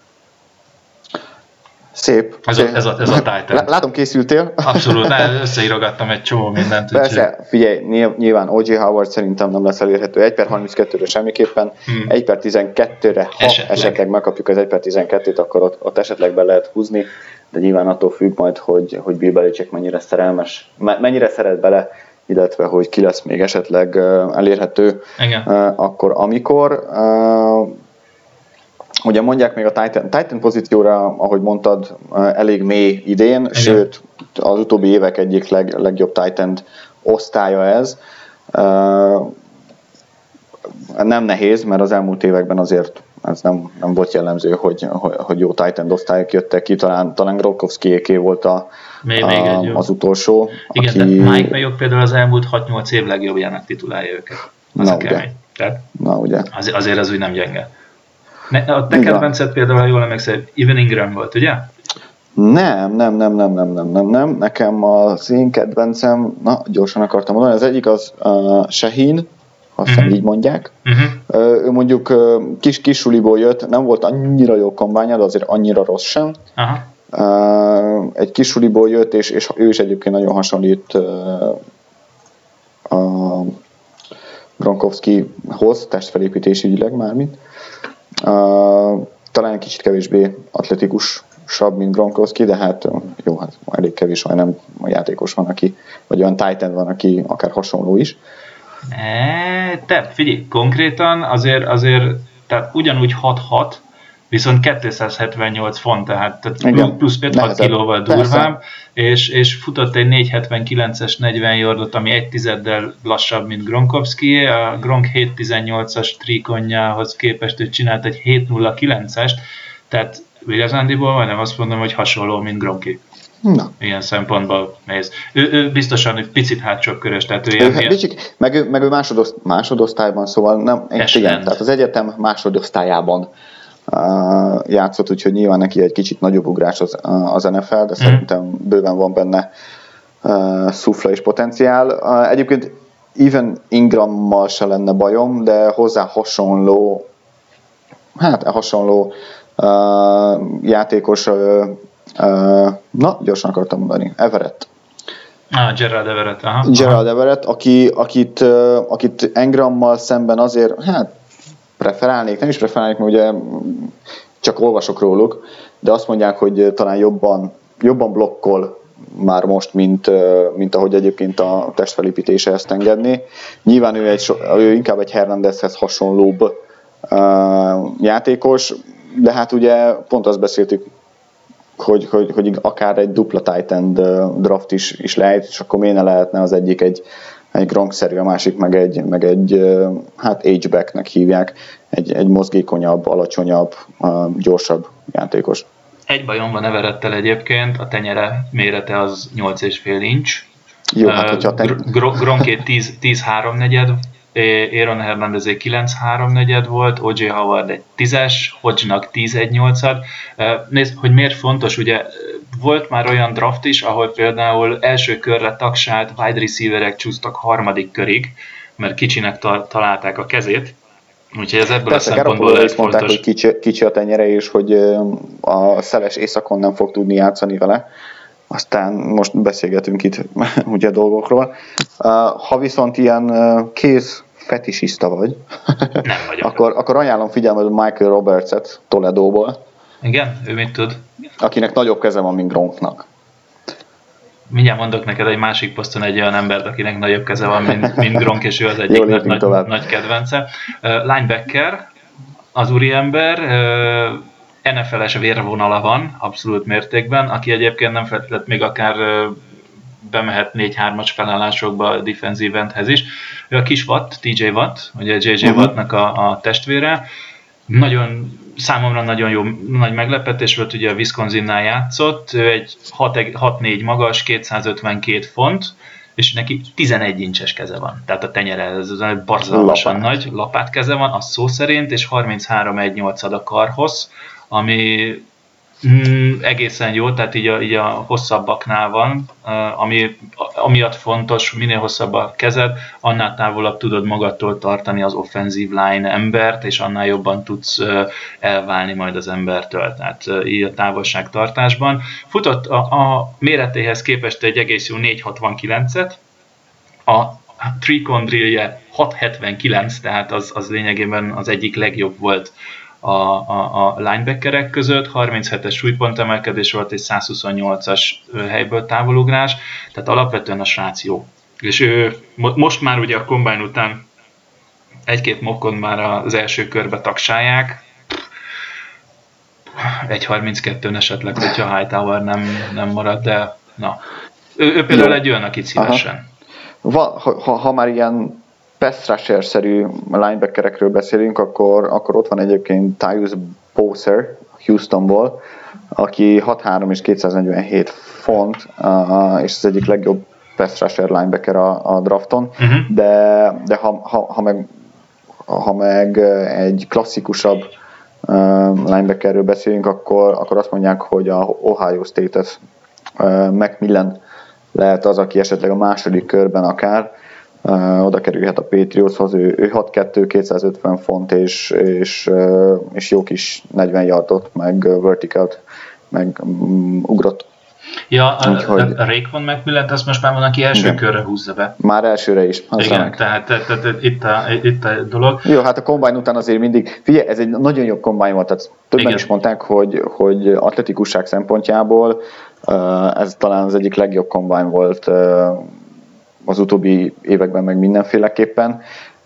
Szép. Ez a Titan. Látom, készültél. Abszolút, összeírogattam egy csomó mindent. Persze, figyelj, nyilván O.J. Howard szerintem nem lesz elérhető 1/32-re semmiképpen, 1/12-re, ha esetleg megkapjuk az 1/12-t, akkor ott esetleg be lehet húzni, de nyilván attól függ majd, hogy Bill Belichick mennyire szerelmes, mennyire szeret bele, illetve hogy ki lesz még esetleg elérhető, akkor amikor. Ugye mondják még a Titan pozícióra, ahogy mondtad, elég mély idén, igen. Sőt, az utóbbi évek egyik legjobb Titan osztálya ez. Nem nehéz, mert az elmúlt években azért ez nem volt jellemző, hogy jó Titan osztályok jöttek ki, talán Gronkowski volt az utolsó. Igen, de Mike Mayock például az elmúlt 6-8 év legjobbjának titulálja őket. Az a kemény. Ugye. Azért az úgy nem gyenge. A te kedvenced például, jól emlékszel, Evan Ingram volt, ugye? Nem. Nekem az én kedvencem, gyorsan akartam mondani, az egyik az Shaheen, azt hiszem így mondják. Ő mondjuk kis suliból jött, nem volt annyira jó kombánya, de azért annyira rossz sem. Egy kis suliból jött, és ő is egyébként nagyon hasonlít a Gronkowskihoz, testfelépítés ügyileg mármint. Talán egy kicsit kevésbé atletikusabb, mint Gronkowski, de hát jó, elég kevés majdnem a játékos van, vagy olyan Titan van, aki akár hasonló is. Te figyelj, konkrétan azért tehát ugyanúgy 6-6, viszont 278 font, tehát plusz 5-6 kilóval durvább, és futott egy 479-es 40 yardot, ami 1/10-del lassabb, mint Gronkowski. A Gronk 718-as tríkonjához képest ő csinált egy 709-est, tehát igazándiból majdnem azt mondom, hogy hasonló, mint Gronki. Na. Ilyen szempontból néz. Ő biztosan egy picit hátsóbb körös, tehát meg ő másodosztályban, szóval nem, igen, tehát az egyetem másodosztályában játszott, úgyhogy nyilván neki egy kicsit nagyobb ugrás az NFL, de szerintem bőven van benne szufla és potenciál. Egyébként Evan Ingrammal se lenne bajom, de hozzá hasonló játékos, gyorsan akartam mondani, Everett. Gerald Everett. Gerald Everett, akit Ingrammal szemben azért, preferálnék, nem is preferálnék, mert ugye csak olvasok róluk, de azt mondják, hogy talán jobban blokkol már most, mint ahogy egyébként a testfelépítése ezt engedné. Nyilván ő inkább egy Hernandezhez hasonlóbb játékos, de hát ugye pont azt beszéltük, hogy akár egy dupla Titan draft is lehet, és akkor miért ne lehetne az egyik egy Gronk-szerű, a másik meg egy H-backnek hívják, egy mozgékonyabb, alacsonyabb, gyorsabb játékos. Egy bajom van Everettel egyébként, a tenyere mérete az 8,5 inch. Jó, hát hogyha Gronké 10-3-4, Aaron Hernandezé 9-3-4 volt, O.J. Howard egy 10-es, Hodge-nak 10-1-8-at. Nézd, hogy miért fontos, ugye volt már olyan draft is, ahol például első körre tagsált wide receiverek csúsztak harmadik körig, mert kicsinek találták a kezét. Úgyhogy ez ebből persze, a szempontból lehet mondták, fontos. Hogy kicsi a tenyere, és hogy a szeles éjszakon nem fog tudni játszani vele. aztán most beszélgetünk itt ugye dolgokról. Ha viszont ilyen kéz fetisista vagy, nem vagyok. akkor ajánlom figyelmed Michael Robertset Toledóból. Igen? Ő mit tud? Akinek nagyobb keze van, mint Gronknak. Mindjárt mondok neked egy másik poszton egy olyan embert, akinek nagyobb keze van, mint Gronk, és ő az egyik nagy kedvence. Linebacker, az úriember, NFL-es vérvonala van, abszolút mértékben, aki egyébként nem feltétlenül még akár bemehet 4-3-as felállásokba a defensive endhez is. Ő a kis Watt, TJ Watt, ugye JJ Wattnak a testvére. Számomra nagyon jó, nagy meglepetés volt, ugye a Wisconsinnál játszott, ő egy 6'4 magas, 252 font, és neki 11 incses keze van. Tehát a tenyere, ez borzalmasan nagy lapátkeze van, az szó szerint, és 33,1/8 a karhossz, ami egészen jó, tehát így a hosszabbaknál van, ami amiatt fontos, minél hosszabb a kezed, annál távolabb tudod magadtól tartani az offensive line embert, és annál jobban tudsz elválni majd az embertől, tehát így a távolságtartásban. Futott a méretéhez képest egy egész jó 4,69-et, a three cone drillje 6,79, tehát az lényegében az egyik legjobb volt a linebackerek között, 37-es súlypont emelkedés volt, és 128-as helyből távolugrás, tehát alapvetően a srác jó. És ő most már ugye a combine után egy-két mockon már az első körbe tagsálják, 1.32-n esetleg, hogyha Hightower nem marad, de na. Ő például egy olyan, akit szívesen. Ha már ilyen pass rusher-szerű linebackerekről beszélünk, akkor ott van egyébként Tyus Bowser Houstonból, aki 6'3 és 247 font, és az egyik legjobb pass rusher linebacker a drafton, de ha meg egy klasszikusabb linebackerről beszélünk, akkor azt mondják, hogy a Ohio State-es Macmillan lehet az, aki esetleg a második körben akár oda kerülhet a Patriotshoz, ő 6'2", 250 font, és jó kis 40 yardot, meg verticalt, meg ugrott. Ja, a Raekwon Macmillan-t azt most már van, aki első körre húzza be. Már elsőre is. Igen, tehát itt a dolog. Jó, hát a combine után azért mindig, figyelj, ez egy nagyon jobb combine volt, tehát többen is mondták, hogy atletikusság szempontjából ez talán az egyik legjobb combine volt az utóbbi években, meg mindenféleképpen.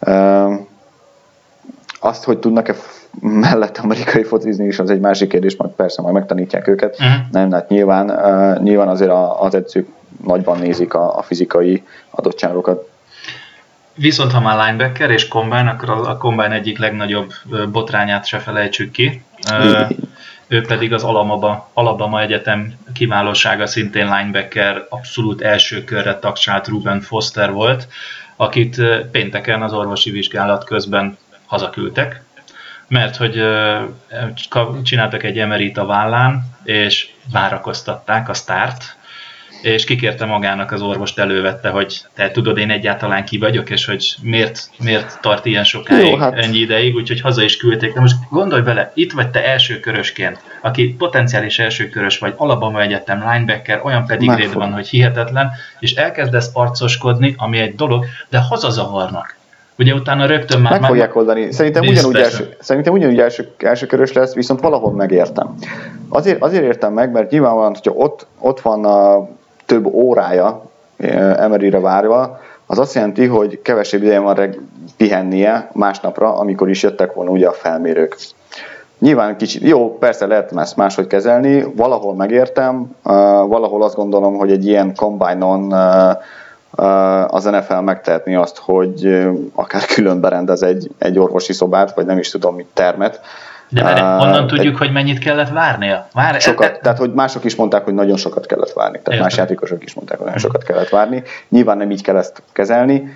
Azt, hogy tudnak-e mellett amerikai focizni is, az egy másik kérdés, majd persze majd megtanítják őket. Nem, hát nyilván azért az edzők nagyban nézik a fizikai adottságokat. Viszont ha már linebacker és combine, akkor a combine egyik legnagyobb botrányát se felejtsük ki. Ő pedig az Alabama Egyetem kiválósága, szintén linebacker, abszolút első körre tagsált Reuben Foster volt, akit pénteken az orvosi vizsgálat közben hazaküldtek, mert hogy csináltak egy MRI-t a vállán, és várakoztatták a sztárt, és kikérte magának az orvost, elővette, hogy te tudod, én egyáltalán ki vagyok, és hogy miért tart ilyen sokáig, ennyi ideig, úgyhogy haza is küldték. De most gondolj bele, itt vagy te elsőkörösként, aki potenciális elsőkörös vagy, Alabama Egyetem linebacker, olyan pedigréd van, hogy hihetetlen, és elkezdesz arcoskodni, ami egy dolog, de hazazavarnak. Ugye utána rögtön már... Meg fogják oldani. Szerintem ugyanúgy elsőkörös lesz, viszont valahol megértem. Azért értem meg, mert nyilvánvalóan, hogyha ott van a több órája MRI-re várva, az azt jelenti, hogy kevesebb ideje van pihennie másnapra, amikor is jöttek volna ugye a felmérők. Nyilván kicsit, jó, persze lehet ezt máshogy kezelni, valahol megértem, valahol azt gondolom, hogy egy ilyen combine-on az NFL megtehetni azt, hogy akár külön berendez egy orvosi szobát, vagy nem is tudom mit, termet. De honnan tudjuk, hogy mennyit kellett várnia? Sokat, tehát hogy mások is mondták, hogy nagyon sokat kellett várni. Tehát más játékosok is mondták, hogy nagyon sokat kellett várni. Nyilván nem így kell ezt kezelni,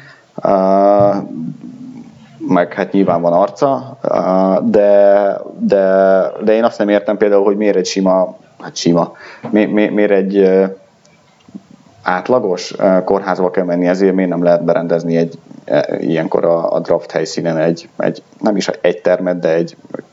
meg hát nyilván van arca, de én azt nem értem például, hogy miért egy miért egy átlagos kórházba kell menni, ezért miért nem lehet berendezni ilyenkor a draft helyszínen nem is egy termet, de egy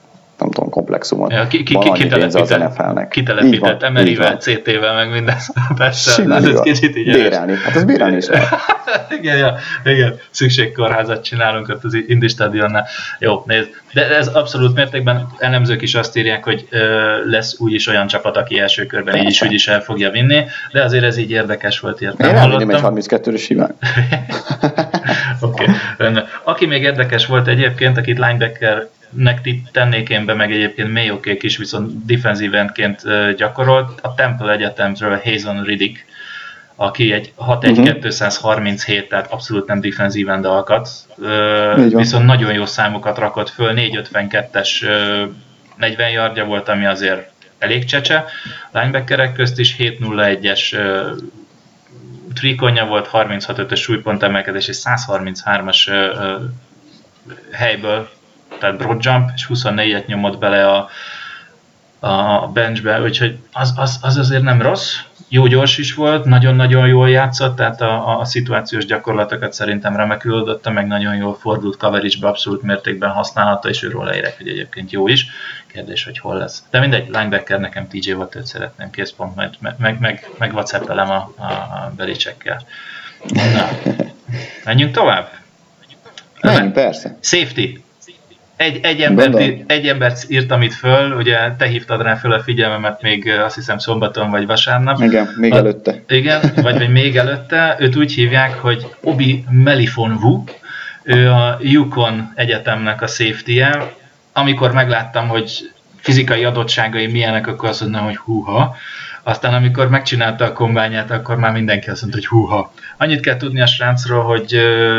nem tudom, komplexumot. Ja, kitelepített MRI-vel, CT-vel, meg minden. Persze, ez kicsit így bérelni. Hát ez bérelni is lehet. igen, szükségkórházat csinálunk ott az Indi stadionnál. Jó, nézd. De ez abszolút mértékben, elemzők is azt írják, hogy lesz úgyis olyan csapat, aki első körben így is úgy is el fogja vinni, de azért ez így érdekes volt, értem. Én elvinném egy 32-ös simán. Oké, rendben. Aki még érdekes volt egyébként, akit linebackernek tennék én be, meg egyébként Mayokék is, viszont defensive endként gyakorolt, a Temple Egyetemről Hazen Riddick, aki egy 6'1", 237, tehát abszolút nem defensive end alkat, viszont nagyon jó számokat rakott föl, 4'52-es 40 yardja volt, ami azért elég csecse, linebackerek közt is 7'01-es trikonja volt, 36'ös súlypont emelkedés és 133-as helyből, tehát broad jump, és 24-et nyomott bele a benchbe, úgyhogy az azért nem rossz. Jó gyors is volt, nagyon-nagyon jól játszott, tehát a szituációs gyakorlatokat szerintem remekül oldotta, meg nagyon jól fordult coverage-be, abszolút mértékben használhatta, és őről leírek, hogy egyébként jó is. Kérdés, hogy hol lesz. De mindegy, linebacker, nekem TJ Watt-t szeretném, készpont, meg WhatsApp-elem a Belicsekkel. Na, menjünk tovább? Menjünk, persze. Safety. Egy embert írtam itt föl, ugye te hívtad rá föl a figyelmemet még azt hiszem szombaton vagy vasárnap. Igen, még előtte. Igen, vagy még előtte. Őt úgy hívják, hogy Obi Melifonwu, ő a Yukon Egyetemnek a safety-je. Amikor megláttam, hogy fizikai adottságai milyenek, akkor azt mondtam, hogy húha. Aztán amikor megcsinálta a kombányát, akkor már mindenki azt mondta, hogy húha. Annyit kell tudni a srácról, hogy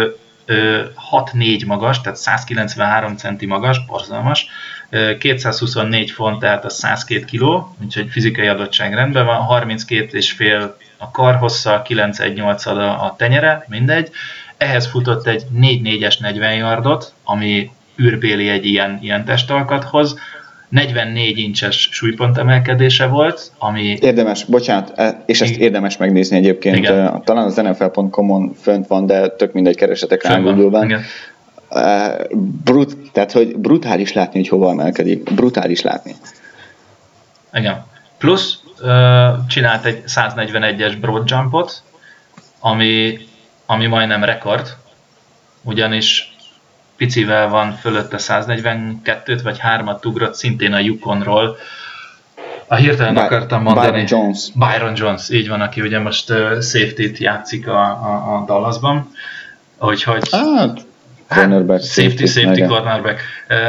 6'4" magas, tehát 193 centi magas, borzalmas, 224 font, tehát az 102 kg, úgyhogy fizikai adottság rendben van, 32,5 a karhossza, 9,18 a tenyere, mindegy. Ehhez futott egy 4'4-es 40 yardot, ami űrbéli egy ilyen testalkathoz, 44 incses súlypont emelkedése volt, ami... Érdemes, bocsánat, és ezt érdemes megnézni egyébként. Igen. Talán az NFL.com-on fönt van, de tök mindegy, keresetek rá Google-ben. Tehát, hogy brutális látni, hogy hova emelkedik. Brutális látni. Igen. Plusz csinált egy 141-es broad jumpot, ami majdnem rekord, ugyanis picivel van fölötte 142-t vagy 3-at ugrott, szintén a Yukonról. A hirtelen akartam mondani. Byron Jones, így van, aki ugye most safety-t játszik a Dallasban. Úgyhogy... cornerback. Safety cornerback.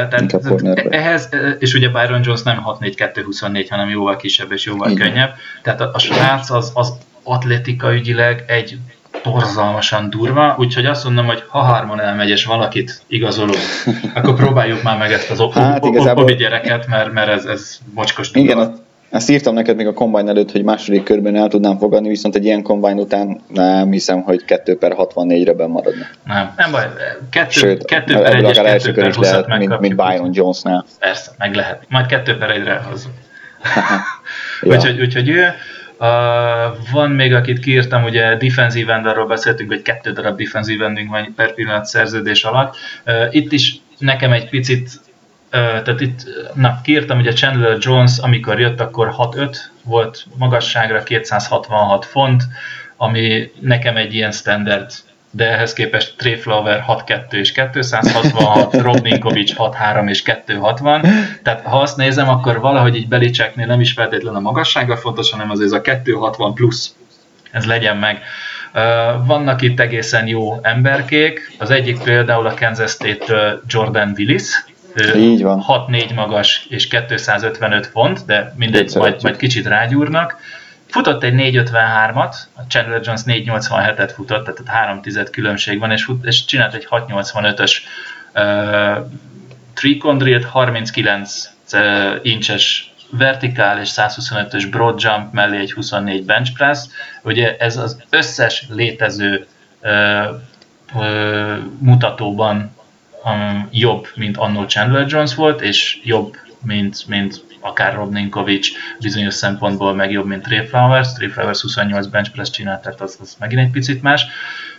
Ehhez, és ugye Byron Jones nem 6'4", 2'24", hanem jóval kisebb és jóval könnyebb. Tehát a srác az atletika ügyileg egy borzalmasan durva, úgyhogy azt mondom, hogy ha Harmon elmegy és valakit igazolunk, akkor próbáljuk már meg ezt az Obi gyereket, mert ez mocskos durva. Igen, ezt írtam neked még a combine előtt, hogy második körben el tudnám fogadni, viszont egy ilyen combine után nem hiszem, hogy 2/64-re benn maradna. Nem baj, 2/1 és 2/20 mint Byron Jonesnál. Persze, meg lehet. Majd 2/1-re hozzuk. Úgyhogy ő. Van még, akit kiírtam, ugye defensive end, arról beszéltünk, hogy 2 darab defensive endünk van per pillanat szerződés alatt. Itt is nekem egy picit, tehát itt kiírtam, hogy a Chandler Jones, amikor jött, akkor 6'5" volt magasságra, 266 font, ami nekem egy ilyen standard, de ehhez képest Trey Flower 6'2" és 266, Rob Ninkovich 6'3" és 260. Tehát ha azt nézem, akkor valahogy így Belicseknél nem is feltétlenül a magassága fontos, hanem azért a 260 plusz. Ez legyen meg. Vannak itt egészen jó emberkék. Az egyik például a Kansas State Jordan Willis. Így van. 6'4" magas és 255 font, de mindegy, majd kicsit rágyúrnak. Futott egy 4.53-at, a Chandler Jones 4.87-et futott, tehát 3 különbség van, és csinált egy 6.85-ös three-cone drill-t, 39 incses vertikál és 125-ös broad jump mellé egy 24 bench press. Ugye ez az összes létező mutatóban jobb, mint annó Chandler Jones volt, és jobb, mint akár Rob Ninkovich, bizonyos szempontból meg jobb, mint Trey Flowers. Trey Flowers 28 bench press csinált, tehát az megint egy picit más.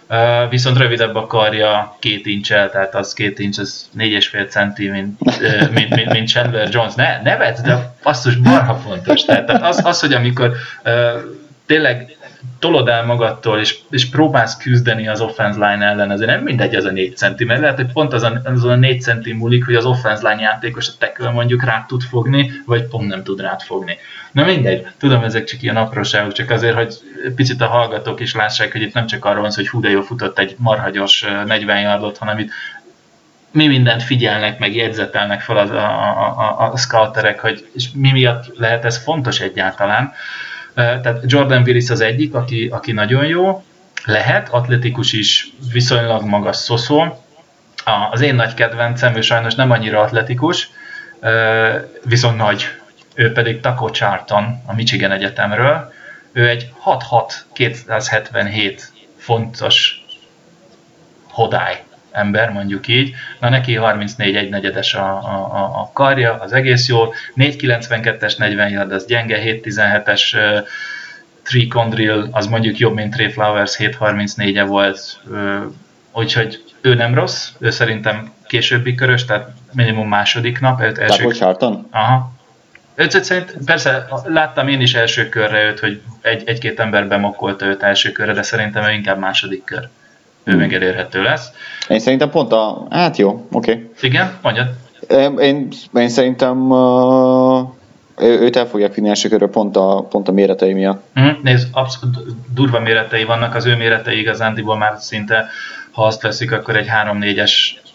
viszont rövidebb a karja 2 incsel, tehát az 2 inch, az 4,5 centi, mint Chandler Jones. Ne vedd, de basszus, marha fontos. Tehát az, hogy amikor tényleg tolod el magadtól, és próbálsz küzdeni az offense line ellen, azért nem mindegy az a 4 centi, mert lehet, hogy pont azon a 4 centi múlik, hogy az offense line játékos a tackle mondjuk rád tud fogni, vagy pont nem tud rád fogni. Na mindegy, tudom, ezek csak ilyen apróságok, csak azért, hogy picit a hallgatók is lássák, hogy itt nem csak arról van, hogy hú de jól futott egy marhagyos 40 yardot, hanem itt mi mindent figyelnek, meg jegyzetelnek fel a scouterek, hogy és mi miatt lehet ez fontos egyáltalán. Tehát Jordan Willis az egyik, aki nagyon jó, lehet, atletikus is, viszonylag magas szoszó. Az én nagy kedvencem, ő sajnos nem annyira atletikus, viszont nagy. Ő pedig Taco Charlton a Michigan Egyetemről. Ő egy 6'6", 277 fontos hodály ember, mondjuk így. Na neki 34 1/4-es a karja, az egész jó. 4.92-es 40 yard, az gyenge, 7.17-es 3 drill, az mondjuk jobb, mint Trey Flowers, 7.34-e volt. Úgyhogy ő nem rossz, ő szerintem későbbi körös, tehát minimum második nap. Taco Charlton? Aha. Persze láttam én is első körre őt, hogy egy-két ember bemokkolta őt első körre, de szerintem ő inkább második kör. Ő még elérhető lesz. Én szerintem pont hát jó, oké. Okay. Igen, mondjad. Én szerintem őt el fogják vinni első körre pont a méretei miatt. Nézd, abszolút durva méretei vannak, az ő méretei igazándiból már szinte, ha azt veszik, akkor egy 3-4-es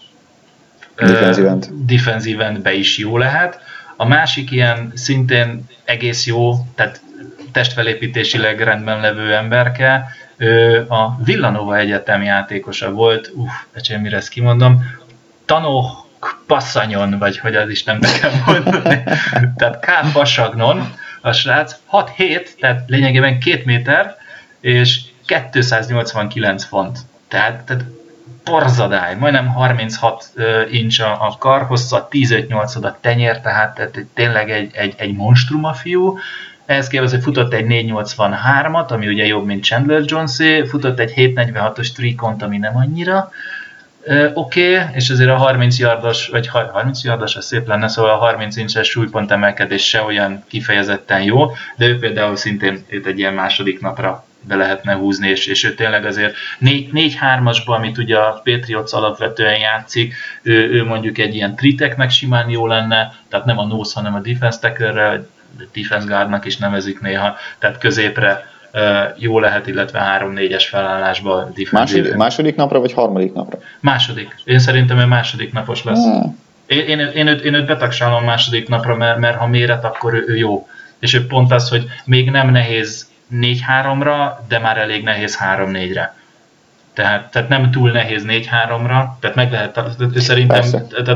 defensive endbe is jó lehet. A másik ilyen szintén egész jó, tehát testfelépítésileg rendben levő emberke, a Villanova Egyetem játékosa volt, mire ezt kimondom, Tanok Passanyon, vagy hogy az is nem nekem mondani, tehát K. Pasagnon, a srác 6'7", tehát lényegében 2 méter, és 289 font, tehát porzadály, majdnem 36 inch a karhossza, 10,5-8 a tenyér, tehát tényleg egy monstrum a fiú. Ehhez képest, hogy futott egy 4.83-at, ami ugye jobb, mint Chandler Jones-é, futott egy 7.46-os trikont, ami nem annyira oké, és azért a 30 yardos, vagy 30 yardos, az szép lenne, szóval a 30 inches súlypont emelkedés se olyan kifejezetten jó, de ő például szintén őt egy ilyen második napra be lehetne húzni, és ő tényleg azért 4-3-asban, amit ugye a Patriots alapvetően játszik, ő mondjuk egy ilyen triteknek simán jó lenne, tehát nem a nose, hanem a defense tackle-re, defense guardnak is nevezik néha, tehát középre jó lehet, illetve 3-4-es felállásban defensive. Második napra, vagy harmadik napra? Második. Én szerintem ő második napos lesz. Én őt betagsálom második napra, mert ha méret, akkor ő jó. És ő pont az, hogy még nem nehéz 4-3-ra, de már elég nehéz 3-4-re. Tehát nem túl nehéz 4-3-ra, tehát meg lehet, szerintem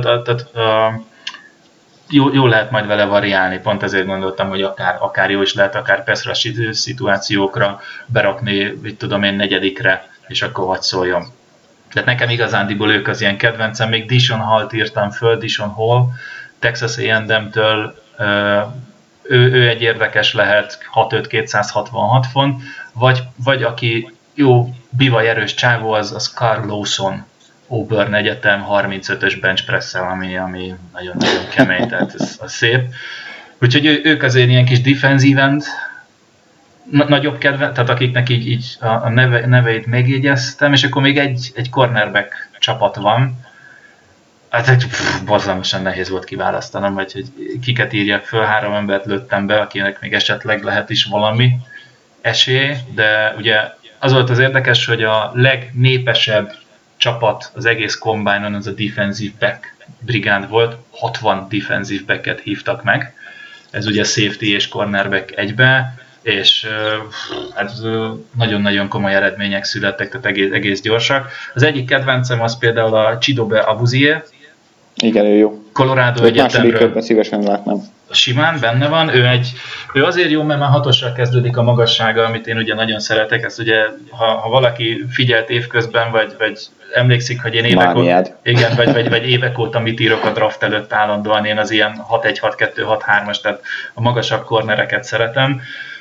jó lehet majd vele variálni, pont ezért gondoltam, hogy akár jó is lehet, akár pass rush szituációkra berakni, mit tudom én, 4. és akkor hadd szóljon. Tehát nekem igazándiból ők az ilyen kedvencem, még Dishon Hall-t írtam föl, Dishon Hall, Texas A&M-től, ő egy érdekes lehet, 6'5", 266 font, vagy aki jó, bivaj erős csávó, az Carl Lawson, Auburn Egyetem 35-ös bench press-szel, ami nagyon-nagyon kemény, tehát ez szép. Úgyhogy ők azért ilyen kis defensive end, nagyobb kedve, tehát akiknek így a neveit megjegyeztem, és akkor még egy cornerback csapat van. Hát borzalmasan nehéz volt kiválasztanom, vagy hogy kiket írjak föl, 3 embert lőttem be, akinek még esetleg lehet is valami esély, de ugye az volt az érdekes, hogy a legnépesebb csapat az egész combine-on az a defensive back brigánd volt, 60 defensive backet hívtak meg, ez ugye safety és cornerback egybe, és hát nagyon-nagyon komoly eredmények születtek, tehát egész gyorsak. Az egyik kedvencem az például a Chidobe Awuzie. Igen, ő jó. Colorado Egyetemről. Második körben szívesen látnám. Simán benne van, ő azért jó, mert már 6-osra kezdődik a magassága, amit én ugye nagyon szeretek, ezt ugye, ha valaki figyelt évközben, vagy emlékszik, hogy én évek óta mit írok a draft előtt állandóan, én az ilyen 6-1, 6-2, 6-3-as, tehát a magasabb cornereket szeretem.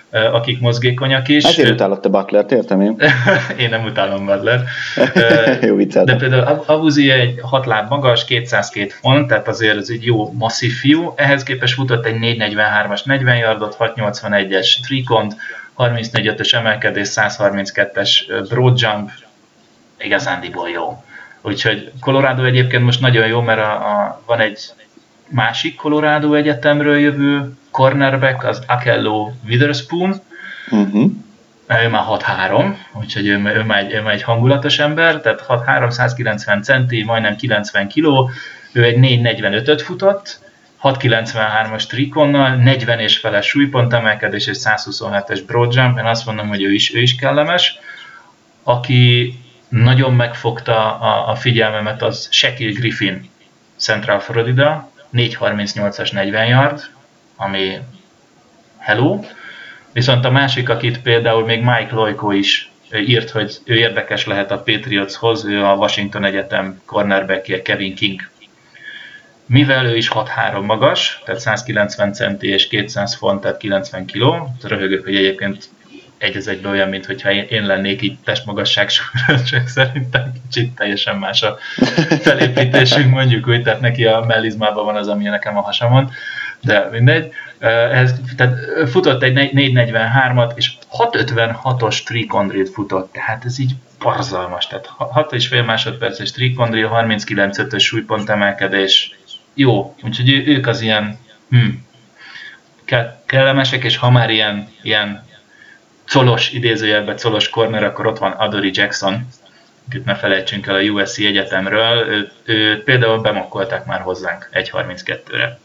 akik mozgékonyak is. Ezért utálod te Butlert, értem én? Én nem utálom Butler. Jó vicceltem. De például Awuzie egy 6 láb magas, 202 font, tehát azért ez egy jó masszív fiú. Ehhez képest futott egy 4.43-as 40 yardot, 6.81-es three-cont, 34.5-ös emelkedés, 132-es broad jump, igazándiból jó. Úgyhogy Colorado egyébként most nagyon jó, mert van egy másik Colorado egyetemről jövő cornerback, az Akello Witherspoon. Ő már 6'3", úgyhogy ő már egy hangulatos ember, tehát 6'3", 190 centi, majdnem 90 kiló, ő egy 4.45-öt futott, 6.93-as trikonnal, 40 és feles súlypont emelkedés és 127-es broad jump. Én azt mondom, hogy ő is kellemes. Aki nagyon megfogta a figyelmemet, az Shaquille Griffin, Central Florida, 4.38-as 40 yard, ami hello. Viszont a másik, akit például még Mike Loico is írt, hogy ő érdekes lehet a Patriotshoz, ő a Washington Egyetem cornerbackje, Kevin King. Mivel ő is 6'3" magas, tehát 190 centi és 200 font, tehát 90 kiló, röhögök, hogy egyébként egy az egyben olyan, mintha én lennék így testmagasság során, csak szerintem kicsit teljesen más a felépítésünk, mondjuk úgy, tehát neki a mellizmában van az, ami nekem a hasamon, de mindegy. Tehát futott egy 4.43-at, és 6.56-os three-cone futott, tehát ez így borzalmas, tehát 6,5 másodperces three-cone drill, 39.5-ös súlypont emelkedés, jó, úgyhogy ők az ilyen kellemesek, és ha már ilyen colos, idézőjelben colos corner, akkor ott van Adoree Jackson, akit ne felejtsünk el a USC egyetemről, őt például bemokkolták már hozzánk 1.32-re.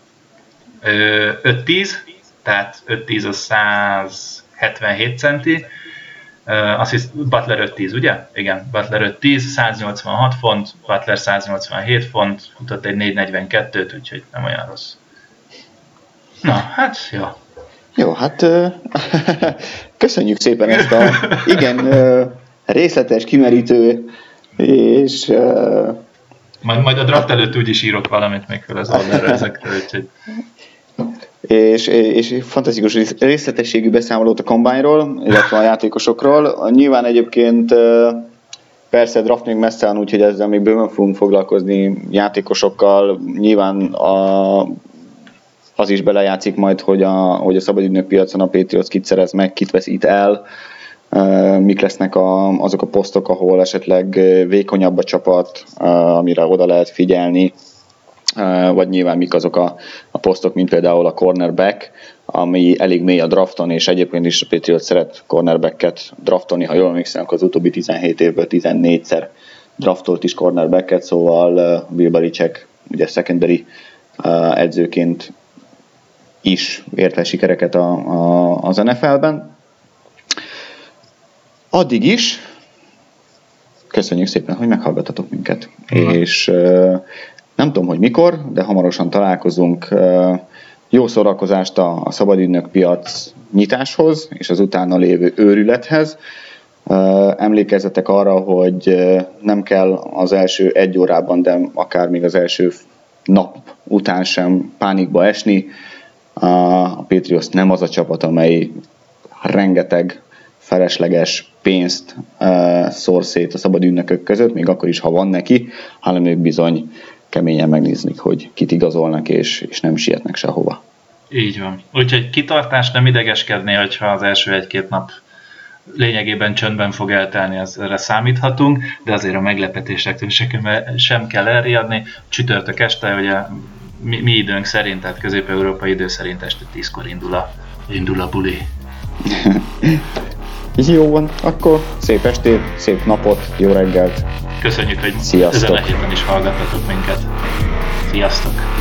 5'10", tehát 5'10 az 177 centi, azt hisz Butler 5'10", ugye? Igen, Butler 5'10", 186 font, Butler 187 font, futott egy 4.42-t, úgyhogy nem olyan rossz. Na, hát, jó. Jó, hát köszönjük szépen ezt a igen részletes, kimerítő, és... Majd a draft előtt úgyis írok valamit még fel az oldalra ezekről, úgyhogy... És fantasztikus részletességű beszámolót a Combine-ról, illetve a játékosokról. Nyilván egyébként persze draft még messze van, úgyhogy ezzel még bőven fogunk foglalkozni játékosokkal. Nyilván az is belejátszik majd, hogy a szabadügynök piacon a Patriots kit szerez meg, kit veszít el, mik lesznek azok a posztok, ahol esetleg vékonyabb a csapat, amire oda lehet figyelni, vagy nyilván mik azok a posztok, mint például a cornerback, ami elég mély a drafton, és egyébként is a Patriots szeret cornerbacket draftolni, ha jól emlékszem, az utóbbi 17 évből 14-szer draftolt is cornerbacket, szóval Bill Belichick ugye secondary edzőként is ért el sikereket az NFL-ben. Addig is köszönjük szépen, hogy meghallgattatok minket. És nem tudom, hogy mikor, de hamarosan találkozunk. Jó szórakozást a szabadügynök piac nyitáshoz és az utána lévő őrülethez. Emlékezzetek arra, hogy nem kell az első 1 órában, de akár még az első nap után sem pánikba esni. A Patriots nem az a csapat, amely rengeteg felesleges pénzt szór szét a szabad ügynökök között, még akkor is, ha van neki, hanem ők bizony keményen megnéznek, hogy kit igazolnak, és nem sietnek sehova. Így van. Úgyhogy kitartás, nem idegeskedni, hogyha az első 1-2 nap lényegében csöndben fog eltelni, erre számíthatunk, de azért a meglepetésektől sem kell elriadni. Csütörtök este, ugye mi időnk szerint, tehát közép-európai idő szerint este 10-kor indul a buli. Jó van, akkor szép estét, szép napot, jó reggelt. Köszönjük, hogy Sziasztok. ezen a héten is hallgattatok minket. Sziasztok!